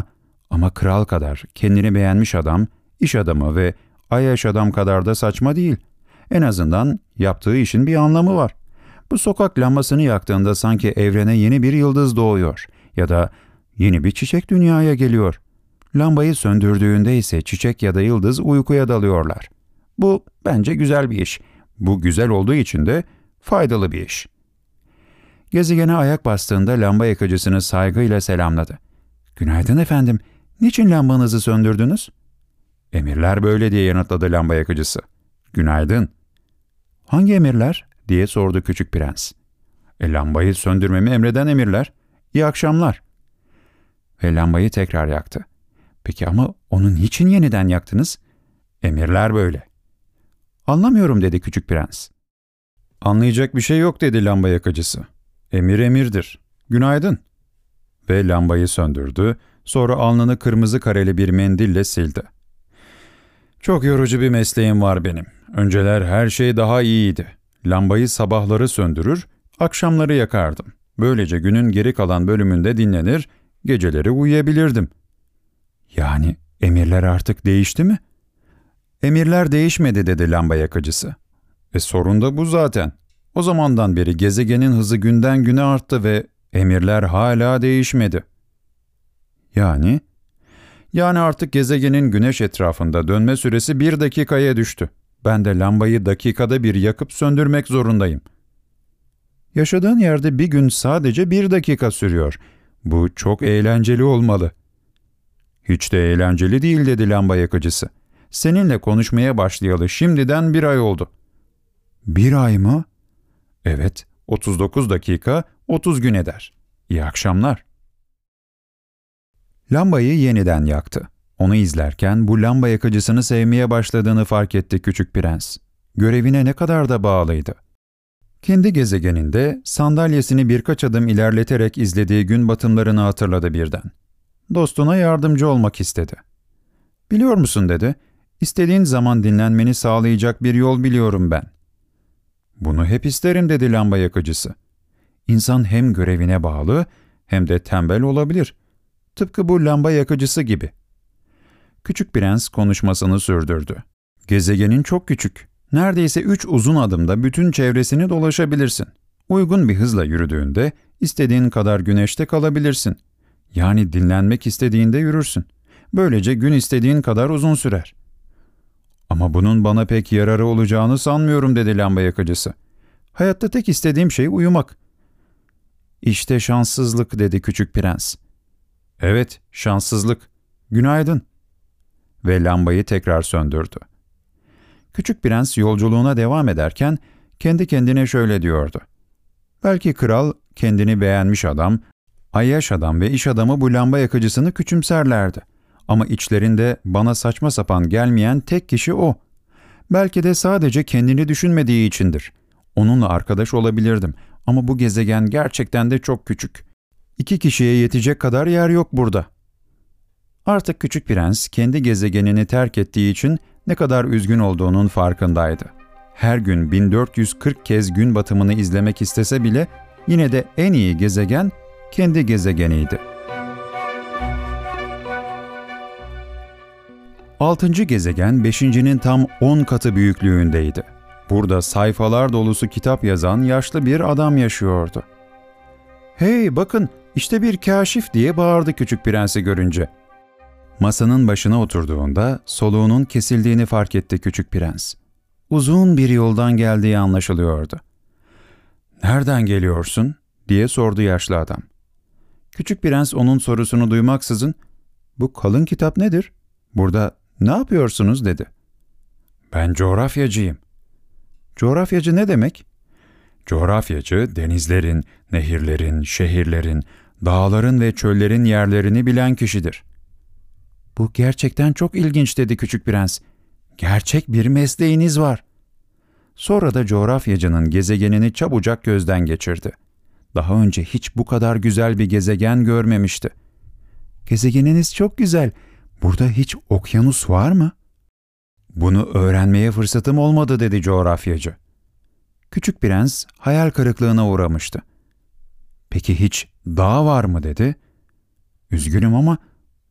Ama kral kadar, kendini beğenmiş adam, iş adamı ve ayyaş adam kadar da saçma değil. En azından yaptığı işin bir anlamı var. Bu sokak lambasını yaktığında sanki evrene yeni bir yıldız doğuyor ya da yeni bir çiçek dünyaya geliyor. Lambayı söndürdüğünde ise çiçek ya da yıldız uykuya dalıyorlar. Bu bence güzel bir iş. Bu güzel olduğu için de faydalı bir iş. Gezegene ayak bastığında lamba yakıcısını saygıyla selamladı. "Günaydın efendim, niçin lambanızı söndürdünüz?" "Emirler böyle," diye yanıtladı lamba yakıcısı. "Günaydın." "Hangi emirler?" diye sordu küçük prens. E, lambayı söndürmemi emreden emirler. İyi akşamlar." Ve lambayı tekrar yaktı. "Peki ama onu niçin yeniden yaktınız?" "Emirler böyle." "Anlamıyorum," dedi küçük prens. "Anlayacak bir şey yok," dedi lamba yakıcısı. "Emir emirdir. Günaydın." Ve lambayı söndürdü, sonra alnını kırmızı kareli bir mendille sildi. "Çok yorucu bir mesleğim var benim. Önceler her şey daha iyiydi. Lambayı sabahları söndürür, akşamları yakardım. Böylece günün geri kalan bölümünde dinlenir, geceleri uyuyabilirdim." "Yani emirler artık değişti mi?" "Emirler değişmedi," dedi lamba yakıcısı. "E sorun da bu zaten. O zamandan beri gezegenin hızı günden güne arttı ve emirler hala değişmedi." "Yani?" "Yani artık gezegenin güneş etrafında dönme süresi bir dakikaya düştü. Ben de lambayı dakikada bir yakıp söndürmek zorundayım." "Yaşadığın yerde bir gün sadece bir dakika sürüyor. Bu çok eğlenceli olmalı." "Hiç de eğlenceli değil," dedi lamba yakıcısı. "Seninle konuşmaya başlayalı şimdiden bir ay oldu." "Bir ay mı?" "Evet, otuz dokuz dakika otuz gün eder. İyi akşamlar." Lambayı yeniden yaktı. Onu izlerken bu lamba yakıcısını sevmeye başladığını fark etti küçük prens. Görevine ne kadar da bağlıydı. Kendi gezegeninde sandalyesini birkaç adım ilerleterek izlediği gün batımlarını hatırladı birden. Dostuna yardımcı olmak istedi. "Biliyor musun?" dedi. "İstediğin zaman dinlenmeni sağlayacak bir yol biliyorum ben." "Bunu hep isterim," dedi lamba yakıcısı. "İnsan hem görevine bağlı hem de tembel olabilir. Tıpkı bu lamba yakıcısı gibi." Küçük prens konuşmasını sürdürdü. "Gezegenin çok küçük. Neredeyse üç uzun adımda bütün çevresini dolaşabilirsin. Uygun bir hızla yürüdüğünde istediğin kadar güneşte kalabilirsin. Yani dinlenmek istediğinde yürürsün. Böylece gün istediğin kadar uzun sürer." "Ama bunun bana pek yararı olacağını sanmıyorum," dedi lamba yakıcısı. "Hayatta tek istediğim şey uyumak." "İşte şanssızlık," dedi küçük prens. "Evet, şanssızlık. Günaydın." Ve lambayı tekrar söndürdü. Küçük prens yolculuğuna devam ederken kendi kendine şöyle diyordu. "Belki kral, kendini beğenmiş adam, ayyaş adam ve iş adamı bu lamba yakıcısını küçümserlerdi. Ama içlerinde bana saçma sapan gelmeyen tek kişi o. Belki de sadece kendini düşünmediği içindir. Onunla arkadaş olabilirdim ama bu gezegen gerçekten de çok küçük. İki kişiye yetecek kadar yer yok burada." Artık küçük prens kendi gezegenini terk ettiği için ne kadar üzgün olduğunun farkındaydı. Her gün bin dört yüz kırk kez gün batımını izlemek istese bile yine de en iyi gezegen kendi gezegeniydi. Altıncı gezegen beşincinin tam on katı büyüklüğündeydi. Burada sayfalar dolusu kitap yazan yaşlı bir adam yaşıyordu. "Hey bakın, işte bir kâşif," diye bağırdı küçük prensi görünce. Masanın başına oturduğunda soluğunun kesildiğini fark etti küçük prens. Uzun bir yoldan geldiği anlaşılıyordu. "Nereden geliyorsun?" diye sordu yaşlı adam. Küçük prens onun sorusunu duymaksızın, "Bu kalın kitap nedir? Burada ne yapıyorsunuz?" dedi. "Ben coğrafyacıyım." "Coğrafyacı ne demek?" "Coğrafyacı, denizlerin, nehirlerin, şehirlerin, dağların ve çöllerin yerlerini bilen kişidir." "Bu gerçekten çok ilginç," dedi küçük prens. "Gerçek bir mesleğiniz var." Sonra da coğrafyacının gezegenini çabucak gözden geçirdi. Daha önce hiç bu kadar güzel bir gezegen görmemişti. "Gezegeniniz çok güzel. Burada hiç okyanus var mı?" "Bunu öğrenmeye fırsatım olmadı," dedi coğrafyacı. Küçük prens hayal kırıklığına uğramıştı. "Peki hiç dağ var mı?" dedi. "Üzgünüm ama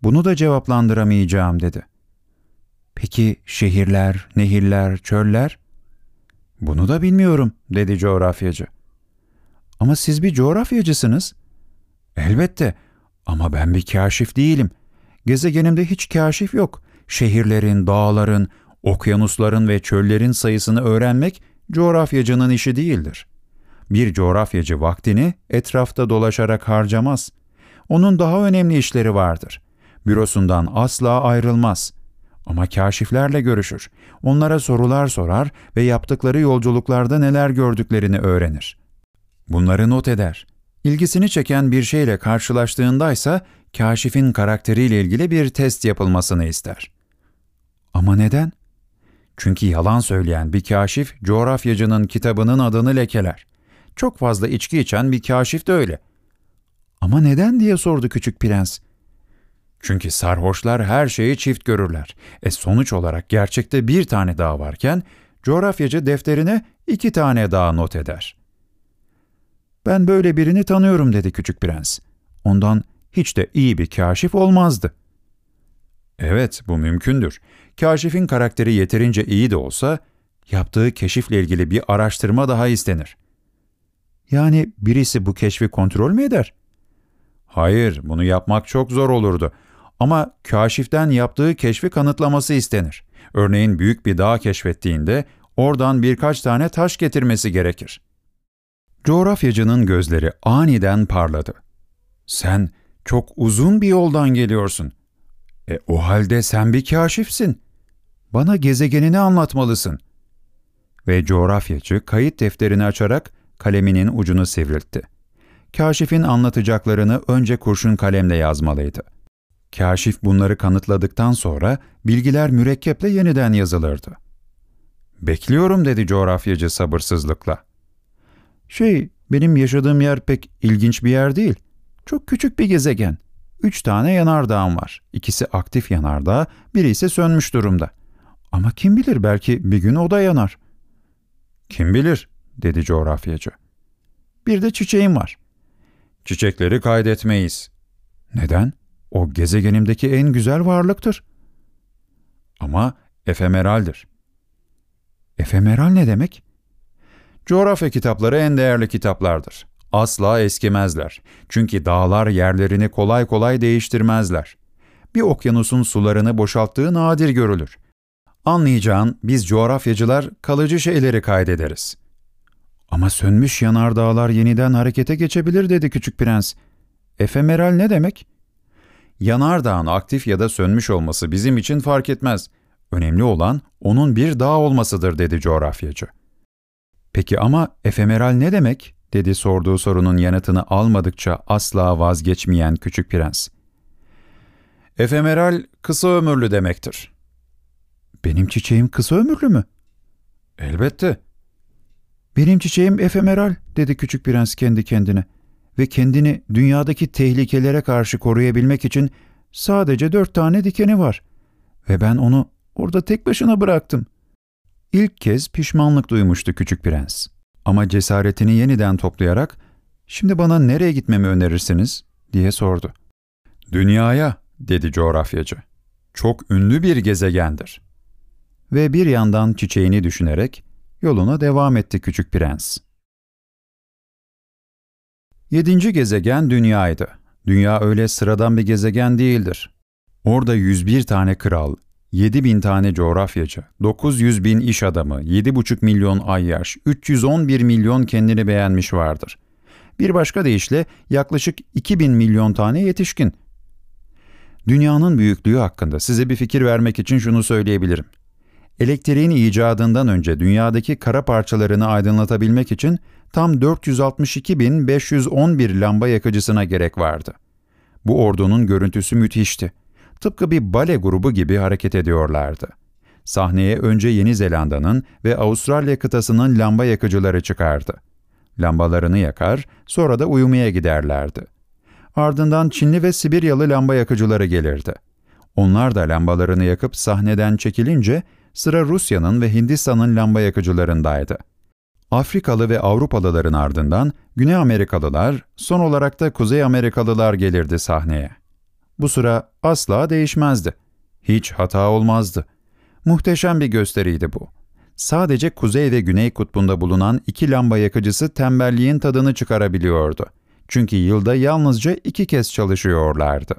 Bunu da cevaplandıramayacağım dedi. Peki şehirler, nehirler, çöller? Bunu da bilmiyorum dedi coğrafyacı. Ama siz bir coğrafyacısınız. Elbette ama ben bir kâşif değilim. Gezegenimde hiç kâşif yok. Şehirlerin, dağların, okyanusların ve çöllerin sayısını öğrenmek coğrafyacının işi değildir. Bir coğrafyacı vaktini etrafta dolaşarak harcamaz. Onun daha önemli işleri vardır. Bürosundan asla ayrılmaz. Ama kâşiflerle görüşür. Onlara sorular sorar ve yaptıkları yolculuklarda neler gördüklerini öğrenir. Bunları not eder. İlgisini çeken bir şeyle karşılaştığındaysa kâşifin karakteriyle ilgili bir test yapılmasını ister. Ama neden? Çünkü yalan söyleyen bir kâşif coğrafyacının kitabının adını lekeler. Çok fazla içki içen bir kâşif de öyle. Ama neden diye sordu küçük prens. Çünkü sarhoşlar her şeyi çift görürler. E sonuç olarak gerçekte bir tane dağ varken coğrafyacı defterine iki tane dağ not eder. Ben böyle birini tanıyorum dedi küçük prens. Ondan hiç de iyi bir kâşif olmazdı. Evet, bu mümkündür. Kâşifin karakteri yeterince iyi de olsa, yaptığı keşifle ilgili bir araştırma daha istenir. Yani birisi bu keşfi kontrol mü eder? Hayır, bunu yapmak çok zor olurdu. Ama kâşiften yaptığı keşfi kanıtlaması istenir. Örneğin büyük bir dağ keşfettiğinde oradan birkaç tane taş getirmesi gerekir. Coğrafyacının gözleri aniden parladı. Sen çok uzun bir yoldan geliyorsun. E o halde sen bir kâşifsin. Bana gezegenini anlatmalısın. Ve coğrafyacı kayıt defterini açarak kaleminin ucunu sivriltti. Kâşifin anlatacaklarını önce kurşun kalemle yazmalıydı. Kâşif bunları kanıtladıktan sonra bilgiler mürekkeple yeniden yazılırdı. Bekliyorum dedi coğrafyacı sabırsızlıkla. Şey, benim yaşadığım yer pek ilginç bir yer değil. Çok küçük bir gezegen. Üç tane yanardağım var. İkisi aktif yanardağ, biri ise sönmüş durumda. Ama kim bilir belki bir gün o da yanar. Kim bilir, dedi coğrafyacı. Bir de çiçeğim var. Çiçekleri kaydetmeyiz. Neden? O gezegenimdeki en güzel varlıktır. Ama efemeraldir. Efemeral ne demek? Coğrafya kitapları en değerli kitaplardır. Asla eskimezler. Çünkü dağlar yerlerini kolay kolay değiştirmezler. Bir okyanusun sularını boşalttığı nadir görülür. Anlayacağın biz coğrafyacılar kalıcı şeyleri kaydederiz. Ama sönmüş yanardağlar yeniden harekete geçebilir dedi küçük prens. Efemeral ne demek? Yanardağın aktif ya da sönmüş olması bizim için fark etmez. Önemli olan onun bir dağ olmasıdır dedi coğrafyacı. Peki ama efemeral ne demek? Dedi sorduğu sorunun yanıtını almadıkça asla vazgeçmeyen küçük prens. Efemeral kısa ömürlü demektir. Benim çiçeğim kısa ömürlü mü? Elbette. Benim çiçeğim efemeral dedi küçük prens kendi kendine ve kendini dünyadaki tehlikelere karşı koruyabilmek için sadece dört tane dikeni var ve ben onu orada tek başına bıraktım. İlk kez pişmanlık duymuştu küçük prens. Ama cesaretini yeniden toplayarak, "Şimdi bana nereye gitmemi önerirsiniz?" diye sordu. "Dünyaya," dedi coğrafyacı. "Çok ünlü bir gezegendir." Ve bir yandan çiçeğini düşünerek yoluna devam etti küçük prens. Yedinci gezegen Dünya'ydı. Dünya öyle sıradan bir gezegen değildir. Orada yüz bir tane kral, yedi bin tane coğrafyacı, dokuz yüz bin iş adamı, yedi buçuk milyon ayyaş, üç yüz on bir milyon kendini beğenmiş vardır. Bir başka deyişle yaklaşık iki bin milyon tane yetişkin. Dünyanın büyüklüğü hakkında size bir fikir vermek için şunu söyleyebilirim. Elektriğin icadından önce dünyadaki kara parçalarını aydınlatabilmek için tam dört yüz altmış iki bin beş yüz on bir lamba yakıcısına gerek vardı. Bu ordunun görüntüsü müthişti. Tıpkı bir bale grubu gibi hareket ediyorlardı. Sahneye önce Yeni Zelanda'nın ve Avustralya kıtasının lamba yakıcıları çıkardı. Lambalarını yakar, sonra da uyumaya giderlerdi. Ardından Çinli ve Sibiryalı lamba yakıcıları gelirdi. Onlar da lambalarını yakıp sahneden çekilince sıra Rusya'nın ve Hindistan'ın lamba yakıcılarındaydı. Afrikalı ve Avrupalıların ardından Güney Amerikalılar, son olarak da Kuzey Amerikalılar gelirdi sahneye. Bu sıra asla değişmezdi. Hiç hata olmazdı. Muhteşem bir gösteriydi bu. Sadece kuzey ve güney kutbunda bulunan iki lamba yakıcısı tembelliğin tadını çıkarabiliyordu. Çünkü yılda yalnızca iki kez çalışıyorlardı.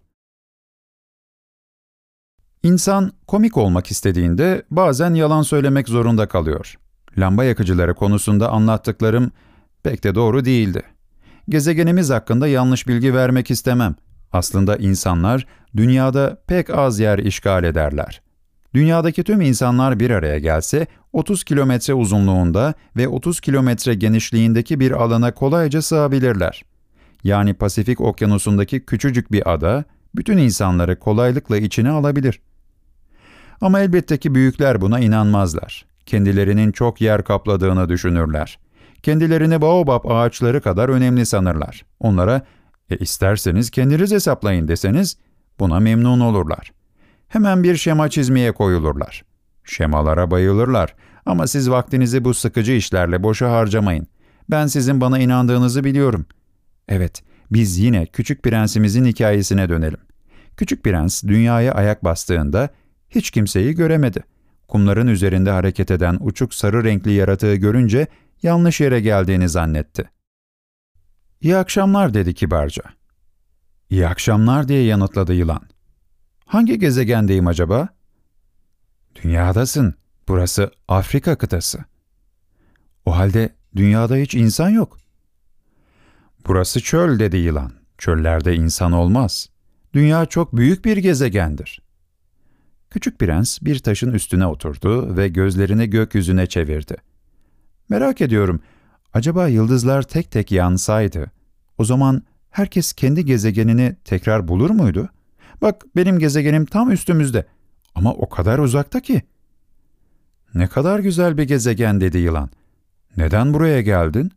İnsan komik olmak istediğinde bazen yalan söylemek zorunda kalıyor. Lamba yakıcıları konusunda anlattıklarım pek de doğru değildi. Gezegenimiz hakkında yanlış bilgi vermek istemem. Aslında insanlar dünyada pek az yer işgal ederler. Dünyadaki tüm insanlar bir araya gelse otuz kilometre uzunluğunda ve otuz kilometre genişliğindeki bir alana kolayca sığabilirler. Yani Pasifik Okyanusu'ndaki küçücük bir ada bütün insanları kolaylıkla içine alabilir. Ama elbette ki büyükler buna inanmazlar. Kendilerinin çok yer kapladığını düşünürler. Kendilerini baobab ağaçları kadar önemli sanırlar. Onlara, e isterseniz kendiniz hesaplayın deseniz, buna memnun olurlar. Hemen bir şema çizmeye koyulurlar. Şemalara bayılırlar ama siz vaktinizi bu sıkıcı işlerle boşa harcamayın. Ben sizin bana inandığınızı biliyorum. Evet, biz yine Küçük Prensimizin hikayesine dönelim. Küçük Prens dünyaya ayak bastığında hiç kimseyi göremedi. Kumların üzerinde hareket eden uçuk sarı renkli yaratığı görünce yanlış yere geldiğini zannetti. "İyi akşamlar," dedi kibarca. "İyi akşamlar," diye yanıtladı yılan. "Hangi gezegendeyim acaba?" "Dünyadasın. Burası Afrika kıtası." "O halde dünyada hiç insan yok." "Burası çöl," dedi yılan. "Çöllerde insan olmaz. Dünya çok büyük bir gezegendir." Küçük Prens bir taşın üstüne oturdu ve gözlerini gökyüzüne çevirdi. "Merak ediyorum, acaba yıldızlar tek tek yansaydı, o zaman herkes kendi gezegenini tekrar bulur muydu? Bak, benim gezegenim tam üstümüzde ama o kadar uzakta ki." "Ne kadar güzel bir gezegen," dedi yılan. "Neden buraya geldin?"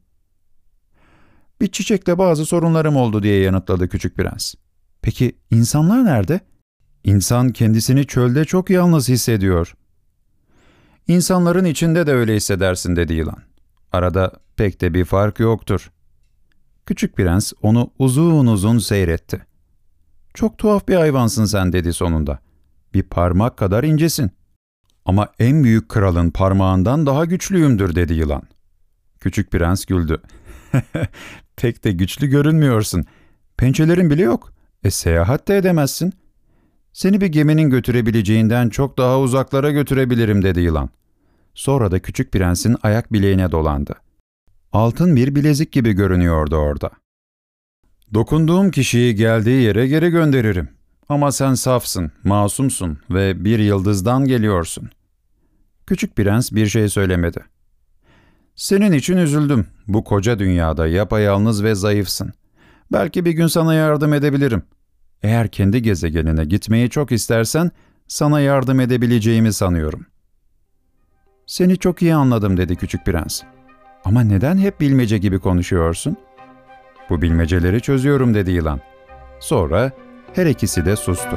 "Bir çiçekle bazı sorunlarım oldu," diye yanıtladı Küçük Prens. "Peki insanlar nerede?" "İnsan kendisini çölde çok yalnız hissediyor." "İnsanların içinde de öyle hissedersin," dedi yılan. "Arada pek de bir fark yoktur." Küçük Prens onu uzun uzun seyretti. "Çok tuhaf bir hayvansın sen," dedi sonunda. "Bir parmak kadar incesin." "Ama en büyük kralın parmağından daha güçlüyümdür," dedi yılan. Küçük Prens güldü. "Pek de güçlü görünmüyorsun. Pençelerin bile yok. E seyahat de edemezsin." "Seni bir geminin götürebileceğinden çok daha uzaklara götürebilirim," dedi yılan. Sonra da Küçük Prens'in ayak bileğine dolandı. Altın bir bilezik gibi görünüyordu orada. "Dokunduğum kişiyi geldiği yere geri gönderirim. Ama sen safsın, masumsun ve bir yıldızdan geliyorsun." Küçük Prens bir şey söylemedi. "Senin için üzüldüm. Bu koca dünyada yapayalnız ve zayıfsın. Belki bir gün sana yardım edebilirim. Eğer kendi gezegenine gitmeyi çok istersen sana yardım edebileceğimi sanıyorum." "Seni çok iyi anladım," dedi Küçük Prens. "Ama neden hep bilmece gibi konuşuyorsun?" "Bu bilmeceleri çözüyorum," dedi yılan. Sonra her ikisi de sustu.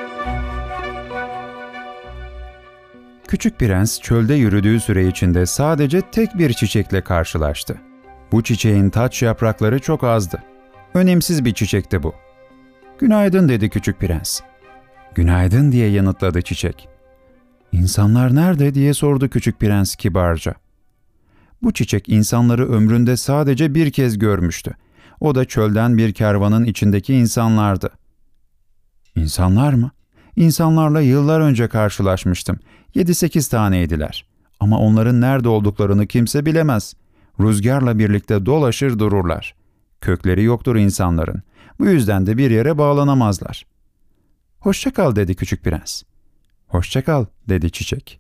Küçük Prens çölde yürüdüğü süre içinde sadece tek bir çiçekle karşılaştı. Bu çiçeğin taç yaprakları çok azdı. Önemsiz bir çiçekti bu. "Günaydın," dedi Küçük Prens. "Günaydın," diye yanıtladı çiçek. "İnsanlar nerede?" diye sordu Küçük Prens kibarca. Bu çiçek insanları ömründe sadece bir kez görmüştü. O da çölden bir kervanın içindeki insanlardı. "İnsanlar mı? İnsanlarla yıllar önce karşılaşmıştım. Yedi sekiz taneydiler. Ama onların nerede olduklarını kimse bilemez. Rüzgarla birlikte dolaşır dururlar. Kökleri yoktur insanların. Bu yüzden de bir yere bağlanamazlar." "Hoşça kal," dedi Küçük Prens. "Hoşça kal," dedi çiçek.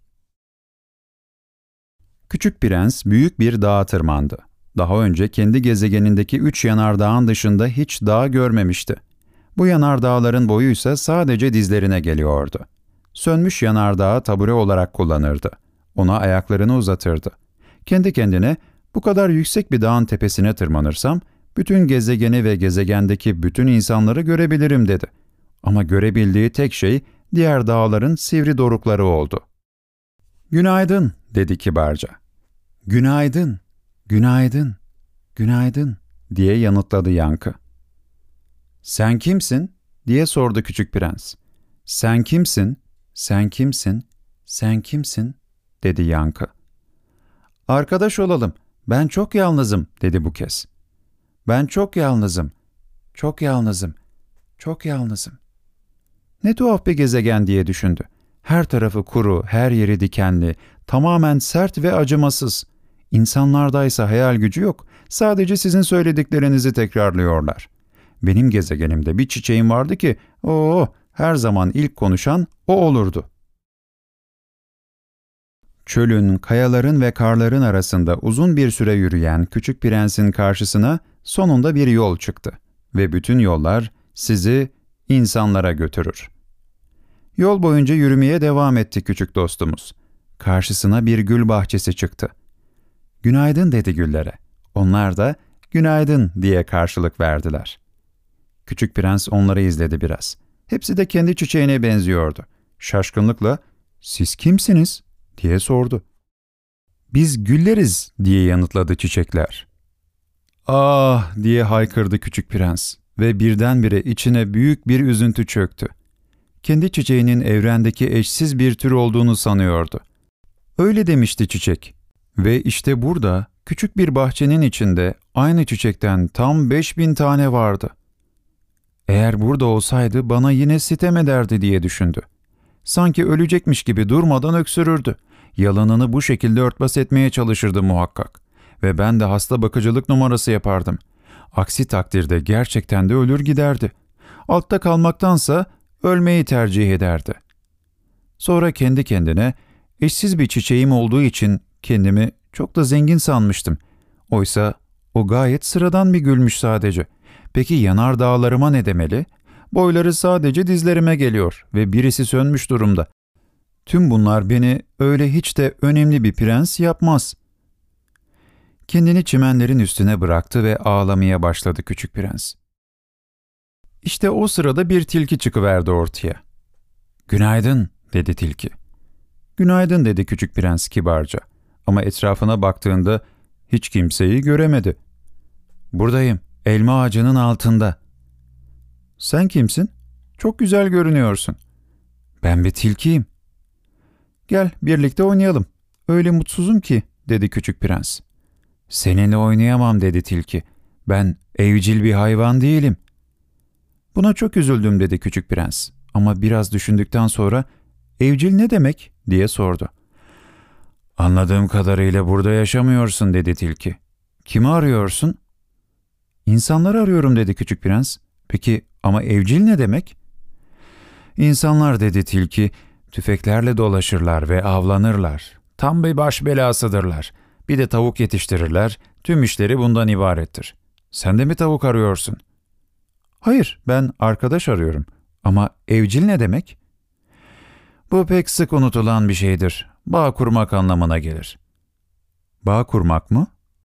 Küçük Prens büyük bir dağa tırmandı. Daha önce kendi gezegenindeki üç yanardağın dışında hiç dağ görmemişti. Bu yanardağların boyu ise sadece dizlerine geliyordu. Sönmüş yanardağı tabure olarak kullanırdı. Ona ayaklarını uzatırdı. Kendi kendine, "Bu kadar yüksek bir dağın tepesine tırmanırsam, bütün gezegeni ve gezegendeki bütün insanları görebilirim," dedi. Ama görebildiği tek şey diğer dağların sivri dorukları oldu. "Günaydın," dedi kibarca. "Günaydın, günaydın, günaydın," diye yanıtladı yankı. "Sen kimsin?" diye sordu küçük prens. Sen kimsin? Sen kimsin? Sen kimsin? dedi yankı. Arkadaş olalım. Ben çok yalnızım dedi bu kez. Ben çok yalnızım. Çok yalnızım. Çok yalnızım. Ne tuhaf bir gezegen diye düşündü. Her tarafı kuru, her yeri dikenli, tamamen sert ve acımasız. İnsanlardaysa hayal gücü yok. Sadece sizin söylediklerinizi tekrarlıyorlar. Benim gezegenimde bir çiçeğim vardı ki, o her zaman ilk konuşan o olurdu. Çölün, kayaların ve karların arasında uzun bir süre yürüyen küçük prensin karşısına sonunda bir yol çıktı ve bütün yollar sizi insanlara götürür. Yol boyunca yürümeye devam etti küçük dostumuz. Karşısına bir gül bahçesi çıktı. Günaydın dedi güllere. Onlar da günaydın diye karşılık verdiler. Küçük prens onları izledi biraz. Hepsi de kendi çiçeğine benziyordu. Şaşkınlıkla "Siz kimsiniz?" diye sordu. "Biz gülleriz," diye yanıtladı çiçekler. "Ah!" diye haykırdı küçük prens ve birdenbire içine büyük bir üzüntü çöktü. Kendi çiçeğinin evrendeki eşsiz bir tür olduğunu sanıyordu. Öyle demişti çiçek. Ve işte burada, küçük bir bahçenin içinde aynı çiçekten tam beş bin tane vardı. Eğer burada olsaydı bana yine sitem ederdi diye düşündü. Sanki ölecekmiş gibi durmadan öksürürdü. Yalanını bu şekilde örtbas etmeye çalışırdı muhakkak. Ve ben de hasta bakıcılık numarası yapardım. Aksi takdirde gerçekten de ölür giderdi. Altta kalmaktansa ölmeyi tercih ederdi. Sonra kendi kendine, eşsiz bir çiçeğim olduğu için kendimi çok da zengin sanmıştım. Oysa o gayet sıradan bir gülmüş sadece. Peki yanardağlarıma ne demeli? Boyları sadece dizlerime geliyor ve birisi sönmüş durumda. Tüm bunlar beni öyle hiç de önemli bir prens yapmaz. Kendini çimenlerin üstüne bıraktı ve ağlamaya başladı küçük prens. İşte o sırada bir tilki çıkıverdi ortaya. "Günaydın," dedi tilki. "Günaydın," dedi küçük prens kibarca. Ama etrafına baktığında hiç kimseyi göremedi. "Buradayım, elma ağacının altında." "Sen kimsin? Çok güzel görünüyorsun." "Ben bir tilkiyim." "Gel birlikte oynayalım. Öyle mutsuzum ki," dedi küçük prens. "Seninle oynayamam," dedi tilki. "Ben evcil bir hayvan değilim." "Buna çok üzüldüm," dedi küçük prens. Ama biraz düşündükten sonra "Evcil ne demek?" diye sordu. "Anladığım kadarıyla burada yaşamıyorsun," dedi tilki. "Kimi arıyorsun?" "İnsanları arıyorum," dedi küçük prens. "Peki ama evcil ne demek?" "İnsanlar," dedi tilki, "tüfeklerle dolaşırlar ve avlanırlar. Tam bir baş belasıdırlar. Bir de tavuk yetiştirirler. Tüm işleri bundan ibarettir. Sen de mi tavuk arıyorsun?" "Hayır, ben arkadaş arıyorum. Ama evcil ne demek?" "Bu pek sık unutulan bir şeydir. Bağ kurmak anlamına gelir." "Bağ kurmak mı?"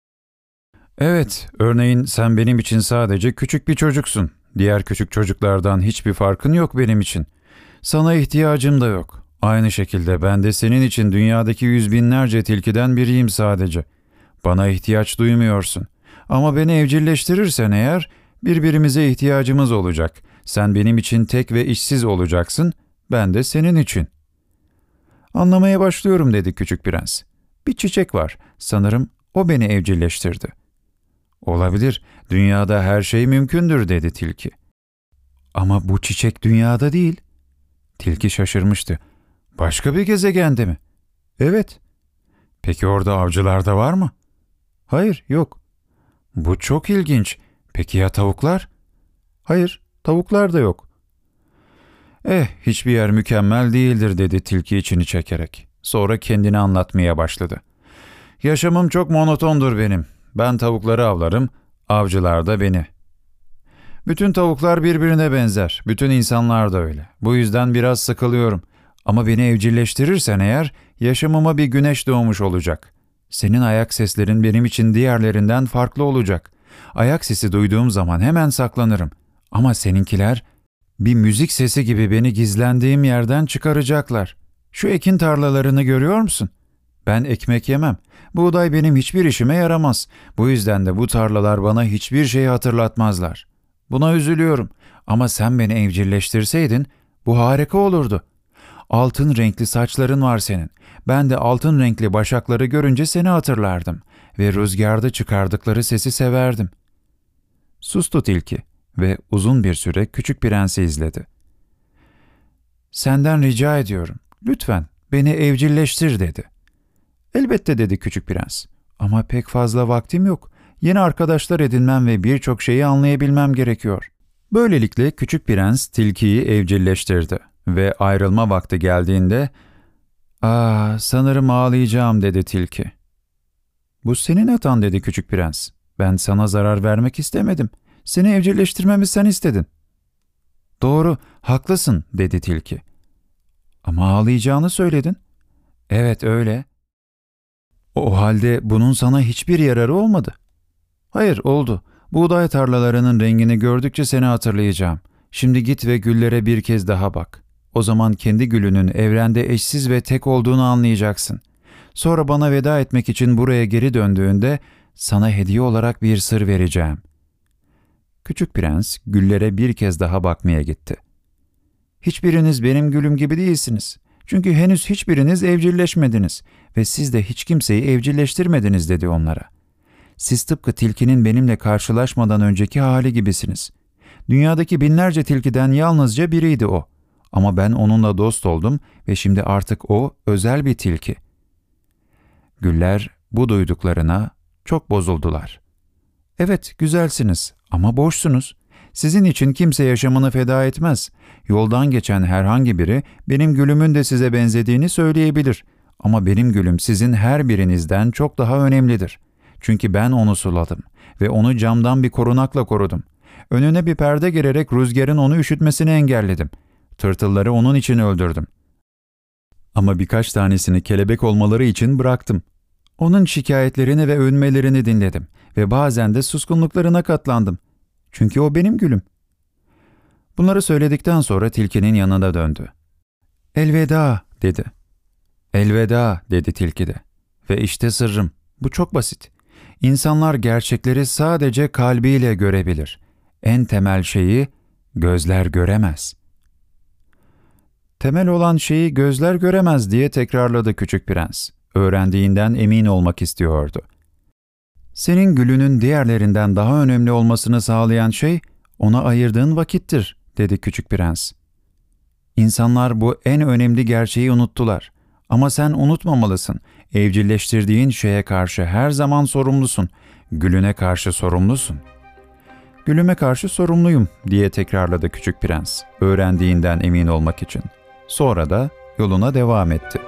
"Evet, örneğin sen benim için sadece küçük bir çocuksun. Diğer küçük çocuklardan hiçbir farkın yok benim için. Sana ihtiyacım da yok. Aynı şekilde ben de senin için dünyadaki yüz binlerce tilkiden biriyim sadece. Bana ihtiyaç duymuyorsun. Ama beni evcilleştirirsen eğer birbirimize ihtiyacımız olacak. Sen benim için tek ve işsiz olacaksın, ben de senin için." "Anlamaya başlıyorum," dedi küçük prens. "Bir çiçek var. Sanırım o beni evcilleştirdi." "Olabilir. Dünyada her şey mümkündür," dedi tilki. "Ama bu çiçek dünyada değil." Tilki şaşırmıştı. "Başka bir gezegende mi?" "Evet." "Peki orada avcılar da var mı?" "Hayır, yok." "Bu çok ilginç. Peki ya tavuklar?" "Hayır, tavuklar da yok." "Eh, hiçbir yer mükemmel değildir," dedi tilki içini çekerek. Sonra kendini anlatmaya başladı. "Yaşamım çok monotondur benim. Ben tavukları avlarım, avcılar da beni. Bütün tavuklar birbirine benzer, bütün insanlar da öyle. Bu yüzden biraz sıkılıyorum. Ama beni evcilleştirirsen eğer, yaşamıma bir güneş doğmuş olacak. Senin ayak seslerin benim için diğerlerinden farklı olacak. Ayak sesi duyduğum zaman hemen saklanırım. Ama seninkiler bir müzik sesi gibi beni gizlendiğim yerden çıkaracaklar. Şu ekin tarlalarını görüyor musun? Ben ekmek yemem. Buğday benim hiçbir işime yaramaz. Bu yüzden de bu tarlalar bana hiçbir şey hatırlatmazlar. Buna üzülüyorum. Ama sen beni evcilleştirseydin bu harika olurdu. Altın renkli saçların var senin. Ben de altın renkli başakları görünce seni hatırlardım ve rüzgarda çıkardıkları sesi severdim. Sustu tilki ve uzun bir süre Küçük Prens'i izledi. Senden rica ediyorum, lütfen beni evcilleştir dedi. Elbette dedi Küçük Prens. Ama pek fazla vaktim yok. Yeni arkadaşlar edinmem ve birçok şeyi anlayabilmem gerekiyor. Böylelikle Küçük Prens tilkiyi evcilleştirdi ve ayrılma vakti geldiğinde ''Aa, sanırım ağlayacağım'' dedi tilki. ''Bu senin hatan'' dedi Küçük Prens. ''Ben sana zarar vermek istemedim. Seni evcilleştirmemi sen istedin.'' ''Doğru, haklısın'' dedi tilki. ''Ama ağlayacağını söyledin.'' ''Evet, öyle.'' ''O halde bunun sana hiçbir yararı olmadı.'' ''Hayır, oldu. Buğday tarlalarının rengini gördükçe seni hatırlayacağım. Şimdi git ve güllere bir kez daha bak. O zaman kendi gülünün evrende eşsiz ve tek olduğunu anlayacaksın. Sonra bana veda etmek için buraya geri döndüğünde sana hediye olarak bir sır vereceğim.'' Küçük Prens güllere bir kez daha bakmaya gitti. ''Hiçbiriniz benim gülüm gibi değilsiniz. Çünkü henüz hiçbiriniz evcilleşmediniz ve siz de hiç kimseyi evcilleştirmediniz'' dedi onlara. ''Siz tıpkı tilkinin benimle karşılaşmadan önceki hali gibisiniz. Dünyadaki binlerce tilkiden yalnızca biriydi o. Ama ben onunla dost oldum ve şimdi artık o özel bir tilki.'' Güller bu duyduklarına çok bozuldular. ''Evet, güzelsiniz ama boşsunuz. Sizin için kimse yaşamını feda etmez. Yoldan geçen herhangi biri benim gülümün de size benzediğini söyleyebilir. Ama benim gülüm sizin her birinizden çok daha önemlidir. Çünkü ben onu suladım ve onu camdan bir korunakla korudum. Önüne bir perde gererek rüzgarın onu üşütmesini engelledim. Tırtılları onun için öldürdüm. Ama birkaç tanesini kelebek olmaları için bıraktım. Onun şikayetlerini ve övünmelerini dinledim ve bazen de suskunluklarına katlandım. Çünkü o benim gülüm.'' Bunları söyledikten sonra tilkinin yanına döndü. ''Elveda'' dedi. ''Elveda'' dedi tilki de. ''Ve işte sırrım. Bu çok basit. İnsanlar gerçekleri sadece kalbiyle görebilir. En temel şeyi gözler göremez.'' ''Temel olan şeyi gözler göremez'' diye tekrarladı Küçük Prens. Öğrendiğinden emin olmak istiyordu. ''Senin gülünün diğerlerinden daha önemli olmasını sağlayan şey ona ayırdığın vakittir'' dedi Küçük Prens. ''İnsanlar bu en önemli gerçeği unuttular. Ama sen unutmamalısın. Evcilleştirdiğin şeye karşı her zaman sorumlusun. Gülüne karşı sorumlusun.'' ''Gülüme karşı sorumluyum'' diye tekrarladı Küçük Prens, öğrendiğinden emin olmak için. Sonra da yoluna devam etti.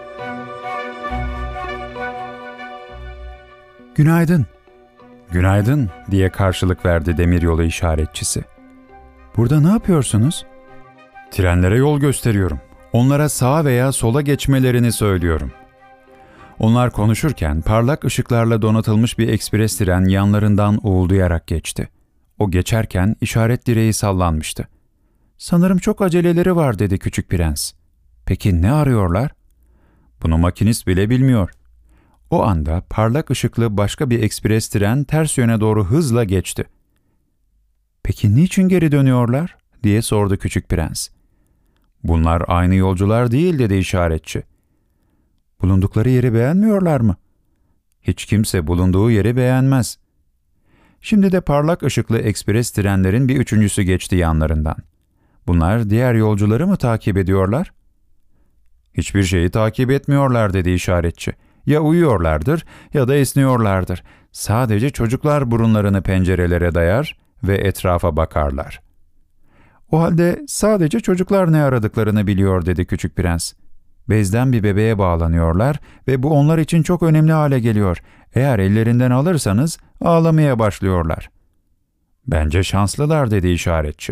''Günaydın.'' ''Günaydın'' diye karşılık verdi demiryolu işaretçisi. ''Burada ne yapıyorsunuz?'' ''Trenlere yol gösteriyorum. Onlara sağa veya sola geçmelerini söylüyorum.'' Onlar konuşurken parlak ışıklarla donatılmış bir ekspres tren yanlarından uğuldayarak geçti. O geçerken işaret direği sallanmıştı. ''Sanırım çok aceleleri var'' dedi Küçük Prens. ''Peki ne arıyorlar?'' ''Bunu makinist bile bilmiyor.'' O anda parlak ışıklı başka bir ekspres tren ters yöne doğru hızla geçti. ''Peki niçin geri dönüyorlar?'' diye sordu Küçük Prens. ''Bunlar aynı yolcular değil'' dedi işaretçi. ''Bulundukları yeri beğenmiyorlar mı?'' ''Hiç kimse bulunduğu yeri beğenmez.'' Şimdi de parlak ışıklı ekspres trenlerin bir üçüncüsü geçti yanlarından. ''Bunlar diğer yolcuları mı takip ediyorlar?'' ''Hiçbir şeyi takip etmiyorlar'' dedi işaretçi. ''Ya uyuyorlardır ya da esniyorlardır. Sadece çocuklar burunlarını pencerelere dayar ve etrafa bakarlar.'' ''O halde sadece çocuklar ne aradıklarını biliyor'' dedi Küçük Prens. ''Bezden bir bebeğe bağlanıyorlar ve bu onlar için çok önemli hale geliyor. Eğer ellerinden alırsanız ağlamaya başlıyorlar.'' ''Bence şanslılar'' dedi işaretçi.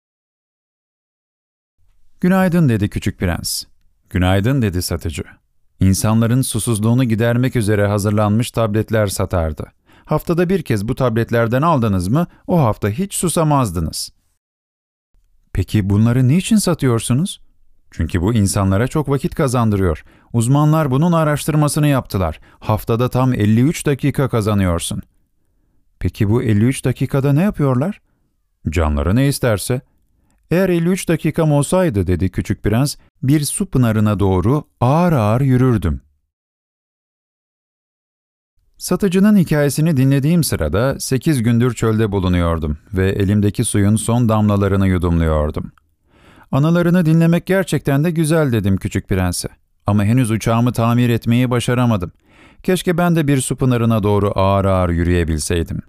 ''Günaydın'' dedi Küçük Prens. ''Günaydın'' dedi satıcı. İnsanların susuzluğunu gidermek üzere hazırlanmış tabletler satardı. Haftada bir kez bu tabletlerden aldınız mı, o hafta hiç susamazdınız. ''Peki bunları niçin satıyorsunuz?'' ''Çünkü bu insanlara çok vakit kazandırıyor. Uzmanlar bunun araştırmasını yaptılar. Haftada tam elli üç dakika kazanıyorsun.'' ''Peki bu elli üç dakikada ne yapıyorlar?'' ''Canları ne isterse.'' Eğer elli üç dakikam olsaydı, dedi küçük prens, bir su pınarına doğru ağır ağır yürürdüm. Satıcının hikayesini dinlediğim sırada sekiz gündür çölde bulunuyordum ve elimdeki suyun son damlalarını yudumluyordum. Anılarını dinlemek gerçekten de güzel, dedim küçük prense. Ama henüz uçağımı tamir etmeyi başaramadım. Keşke ben de bir su pınarına doğru ağır ağır yürüyebilseydim.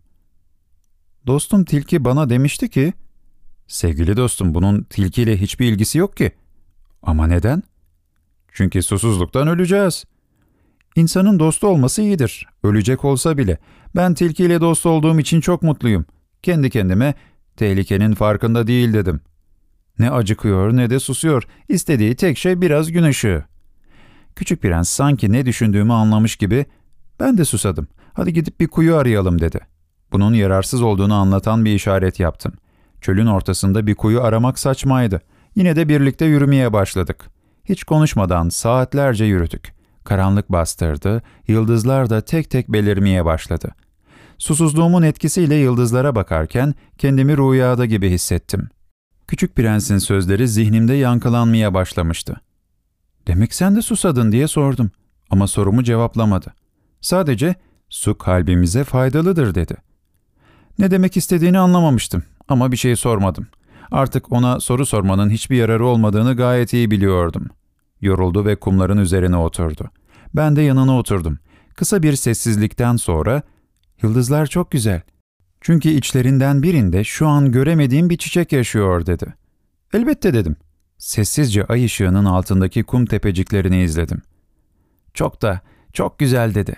Dostum tilki bana demişti ki, sevgili dostum, bunun tilkiyle hiçbir ilgisi yok ki. Ama neden? Çünkü susuzluktan öleceğiz. İnsanın dostu olması iyidir. Ölecek olsa bile. Ben tilkiyle dost olduğum için çok mutluyum. Kendi kendime tehlikenin farkında değil dedim. Ne acıkıyor ne de susuyor. İstediği tek şey biraz gün ışığı. Küçük prens sanki ne düşündüğümü anlamış gibi, ben de susadım. Hadi gidip bir kuyu arayalım, dedi. Bunun yararsız olduğunu anlatan bir işaret yaptım. Çölün ortasında bir kuyu aramak saçmaydı. Yine de birlikte yürümeye başladık. Hiç konuşmadan saatlerce yürüdük. Karanlık bastırdı, yıldızlar da tek tek belirmeye başladı. Susuzluğumun etkisiyle yıldızlara bakarken kendimi rüyada gibi hissettim. Küçük prensin sözleri zihnimde yankılanmaya başlamıştı. "Demek sen de susadın?" diye sordum. Ama sorumu cevaplamadı. Sadece "su kalbimize faydalıdır" dedi. Ne demek istediğini anlamamıştım ama bir şey sormadım. Artık ona soru sormanın hiçbir yararı olmadığını gayet iyi biliyordum. Yoruldu ve kumların üzerine oturdu. Ben de yanına oturdum. Kısa bir sessizlikten sonra, "Yıldızlar çok güzel. Çünkü içlerinden birinde şu an göremediğim bir çiçek yaşıyor," dedi. "Elbette," dedim. Sessizce ay ışığının altındaki kum tepeciklerini izledim. "Çok da, çok güzel," dedi.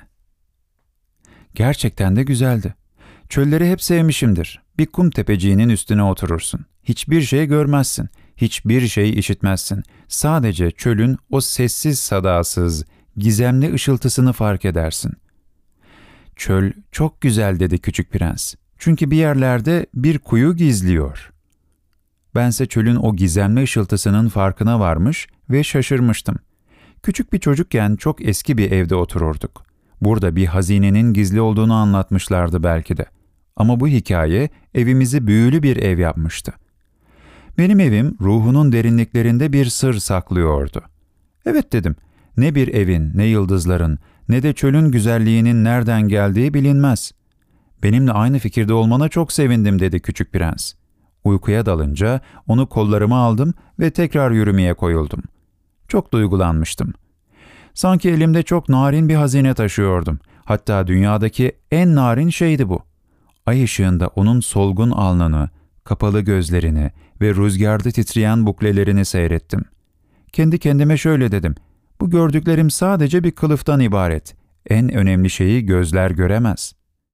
Gerçekten de güzeldi. Çölleri hep sevmişimdir. Bir kum tepeciğinin üstüne oturursun. Hiçbir şey görmezsin. Hiçbir şey işitmezsin. Sadece çölün o sessiz sadasız, gizemli ışıltısını fark edersin. "Çöl çok güzel," dedi küçük prens. "Çünkü bir yerlerde bir kuyu gizliyor." Bense çölün o gizemli ışıltısının farkına varmış ve şaşırmıştım. Küçük bir çocukken çok eski bir evde otururduk. Burada bir hazinenin gizli olduğunu anlatmışlardı belki de. Ama bu hikaye evimizi büyülü bir ev yapmıştı. Benim evim ruhunun derinliklerinde bir sır saklıyordu. "Evet," dedim. "Ne bir evin, ne yıldızların, ne de çölün güzelliğinin nereden geldiği bilinmez." "Benimle aynı fikirde olmana çok sevindim," dedi küçük prens. Uykuya dalınca onu kollarıma aldım ve tekrar yürümeye koyuldum. Çok duygulanmıştım. Sanki elimde çok narin bir hazine taşıyordum. Hatta dünyadaki en narin şeydi bu. Ay ışığında onun solgun alnını, kapalı gözlerini ve rüzgarda titreyen buklelerini seyrettim. Kendi kendime şöyle dedim: "Bu gördüklerim sadece bir kılıftan ibaret. En önemli şeyi gözler göremez."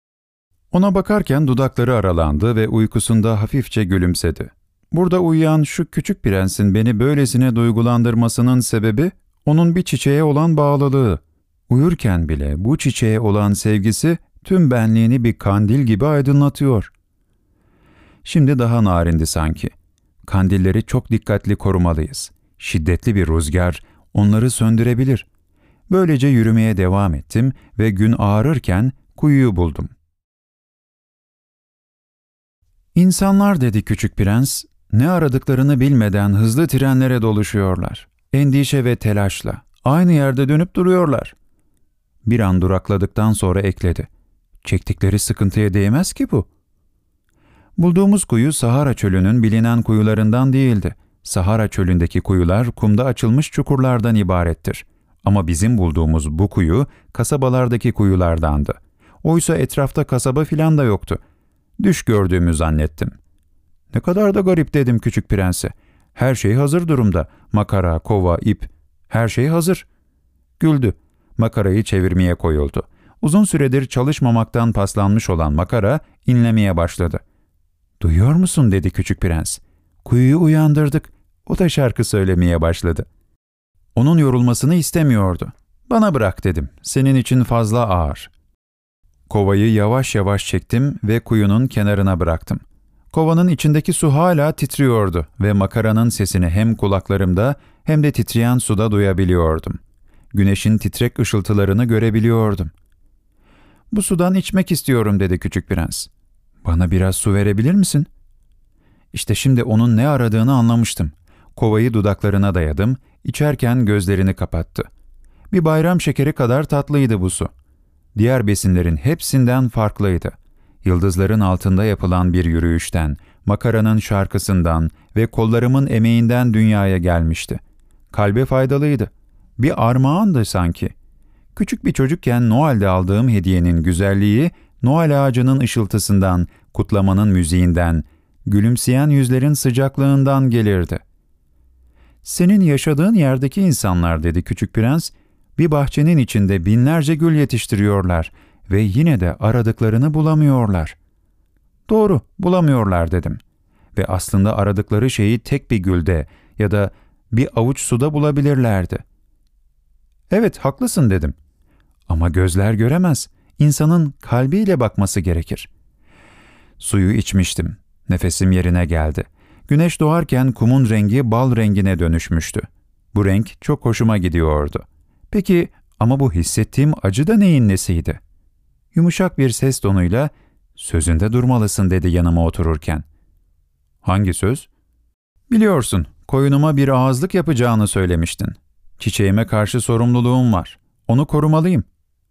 Ona bakarken dudakları aralandı ve uykusunda hafifçe gülümsedi. Burada uyuyan şu küçük prensin beni böylesine duygulandırmasının sebebi, onun bir çiçeğe olan bağlılığı. Uyurken bile bu çiçeğe olan sevgisi tüm benliğini bir kandil gibi aydınlatıyor. Şimdi daha narindi sanki. Kandilleri çok dikkatli korumalıyız. Şiddetli bir rüzgar onları söndürebilir. Böylece yürümeye devam ettim ve gün ağarırken kuyuyu buldum. "İnsanlar," dedi küçük prens, "ne aradıklarını bilmeden hızlı trenlere doluşuyorlar. Endişe ve telaşla. Aynı yerde dönüp duruyorlar." Bir an durakladıktan sonra ekledi: "Çektikleri sıkıntıya değmez ki bu." Bulduğumuz kuyu Sahara çölünün bilinen kuyularından değildi. Sahara çölündeki kuyular kumda açılmış çukurlardan ibarettir. Ama bizim bulduğumuz bu kuyu kasabalardaki kuyulardandı. Oysa etrafta kasaba filan da yoktu. Düş gördüğümü zannettim. "Ne kadar da garip," dedim küçük prense. "Her şey hazır durumda. Makara, kova, ip, her şey hazır." Güldü. Makarayı çevirmeye koyuldu. Uzun süredir çalışmamaktan paslanmış olan makara inlemeye başladı. "Duyuyor musun?" dedi küçük prens. "Kuyuyu uyandırdık." O da şarkı söylemeye başladı. Onun yorulmasını istemiyordu. "Bana bırak," dedim. "Senin için fazla ağır." Kovayı yavaş yavaş çektim ve kuyunun kenarına bıraktım. Kovanın içindeki su hala titriyordu ve makaranın sesini hem kulaklarımda hem de titreyen suda duyabiliyordum. Güneşin titrek ışıltılarını görebiliyordum. "Bu sudan içmek istiyorum," dedi küçük prens. "Bana biraz su verebilir misin?" İşte şimdi onun ne aradığını anlamıştım. Kovayı dudaklarına dayadım, içerken gözlerini kapattı. Bir bayram şekeri kadar tatlıydı bu su. Diğer besinlerin hepsinden farklıydı. Yıldızların altında yapılan bir yürüyüşten, makaranın şarkısından ve kollarımın emeğinden dünyaya gelmişti. Kalbe faydalıydı. Bir armağandı sanki. Küçük bir çocukken Noel'de aldığım hediyenin güzelliği, Noel ağacının ışıltısından, kutlamanın müziğinden, gülümseyen yüzlerin sıcaklığından gelirdi. "Senin yaşadığın yerdeki insanlar," dedi Küçük Prens, "bir bahçenin içinde binlerce gül yetiştiriyorlar ve yine de aradıklarını bulamıyorlar." "Doğru, bulamıyorlar," dedim. "Ve aslında aradıkları şeyi tek bir gülde ya da bir avuç suda bulabilirlerdi." "Evet, haklısın," dedim. "Ama gözler göremez. İnsanın kalbiyle bakması gerekir." Suyu içmiştim. Nefesim yerine geldi. Güneş doğarken kumun rengi bal rengine dönüşmüştü. Bu renk çok hoşuma gidiyordu. Peki ama bu hissettiğim acı da neyin nesiydi? Yumuşak bir ses tonuyla "Sözünde durmalısın," dedi yanıma otururken. "Hangi söz?" "Biliyorsun, koyunuma bir ağızlık yapacağını söylemiştin. Çiçeğime karşı sorumluluğum var. Onu korumalıyım."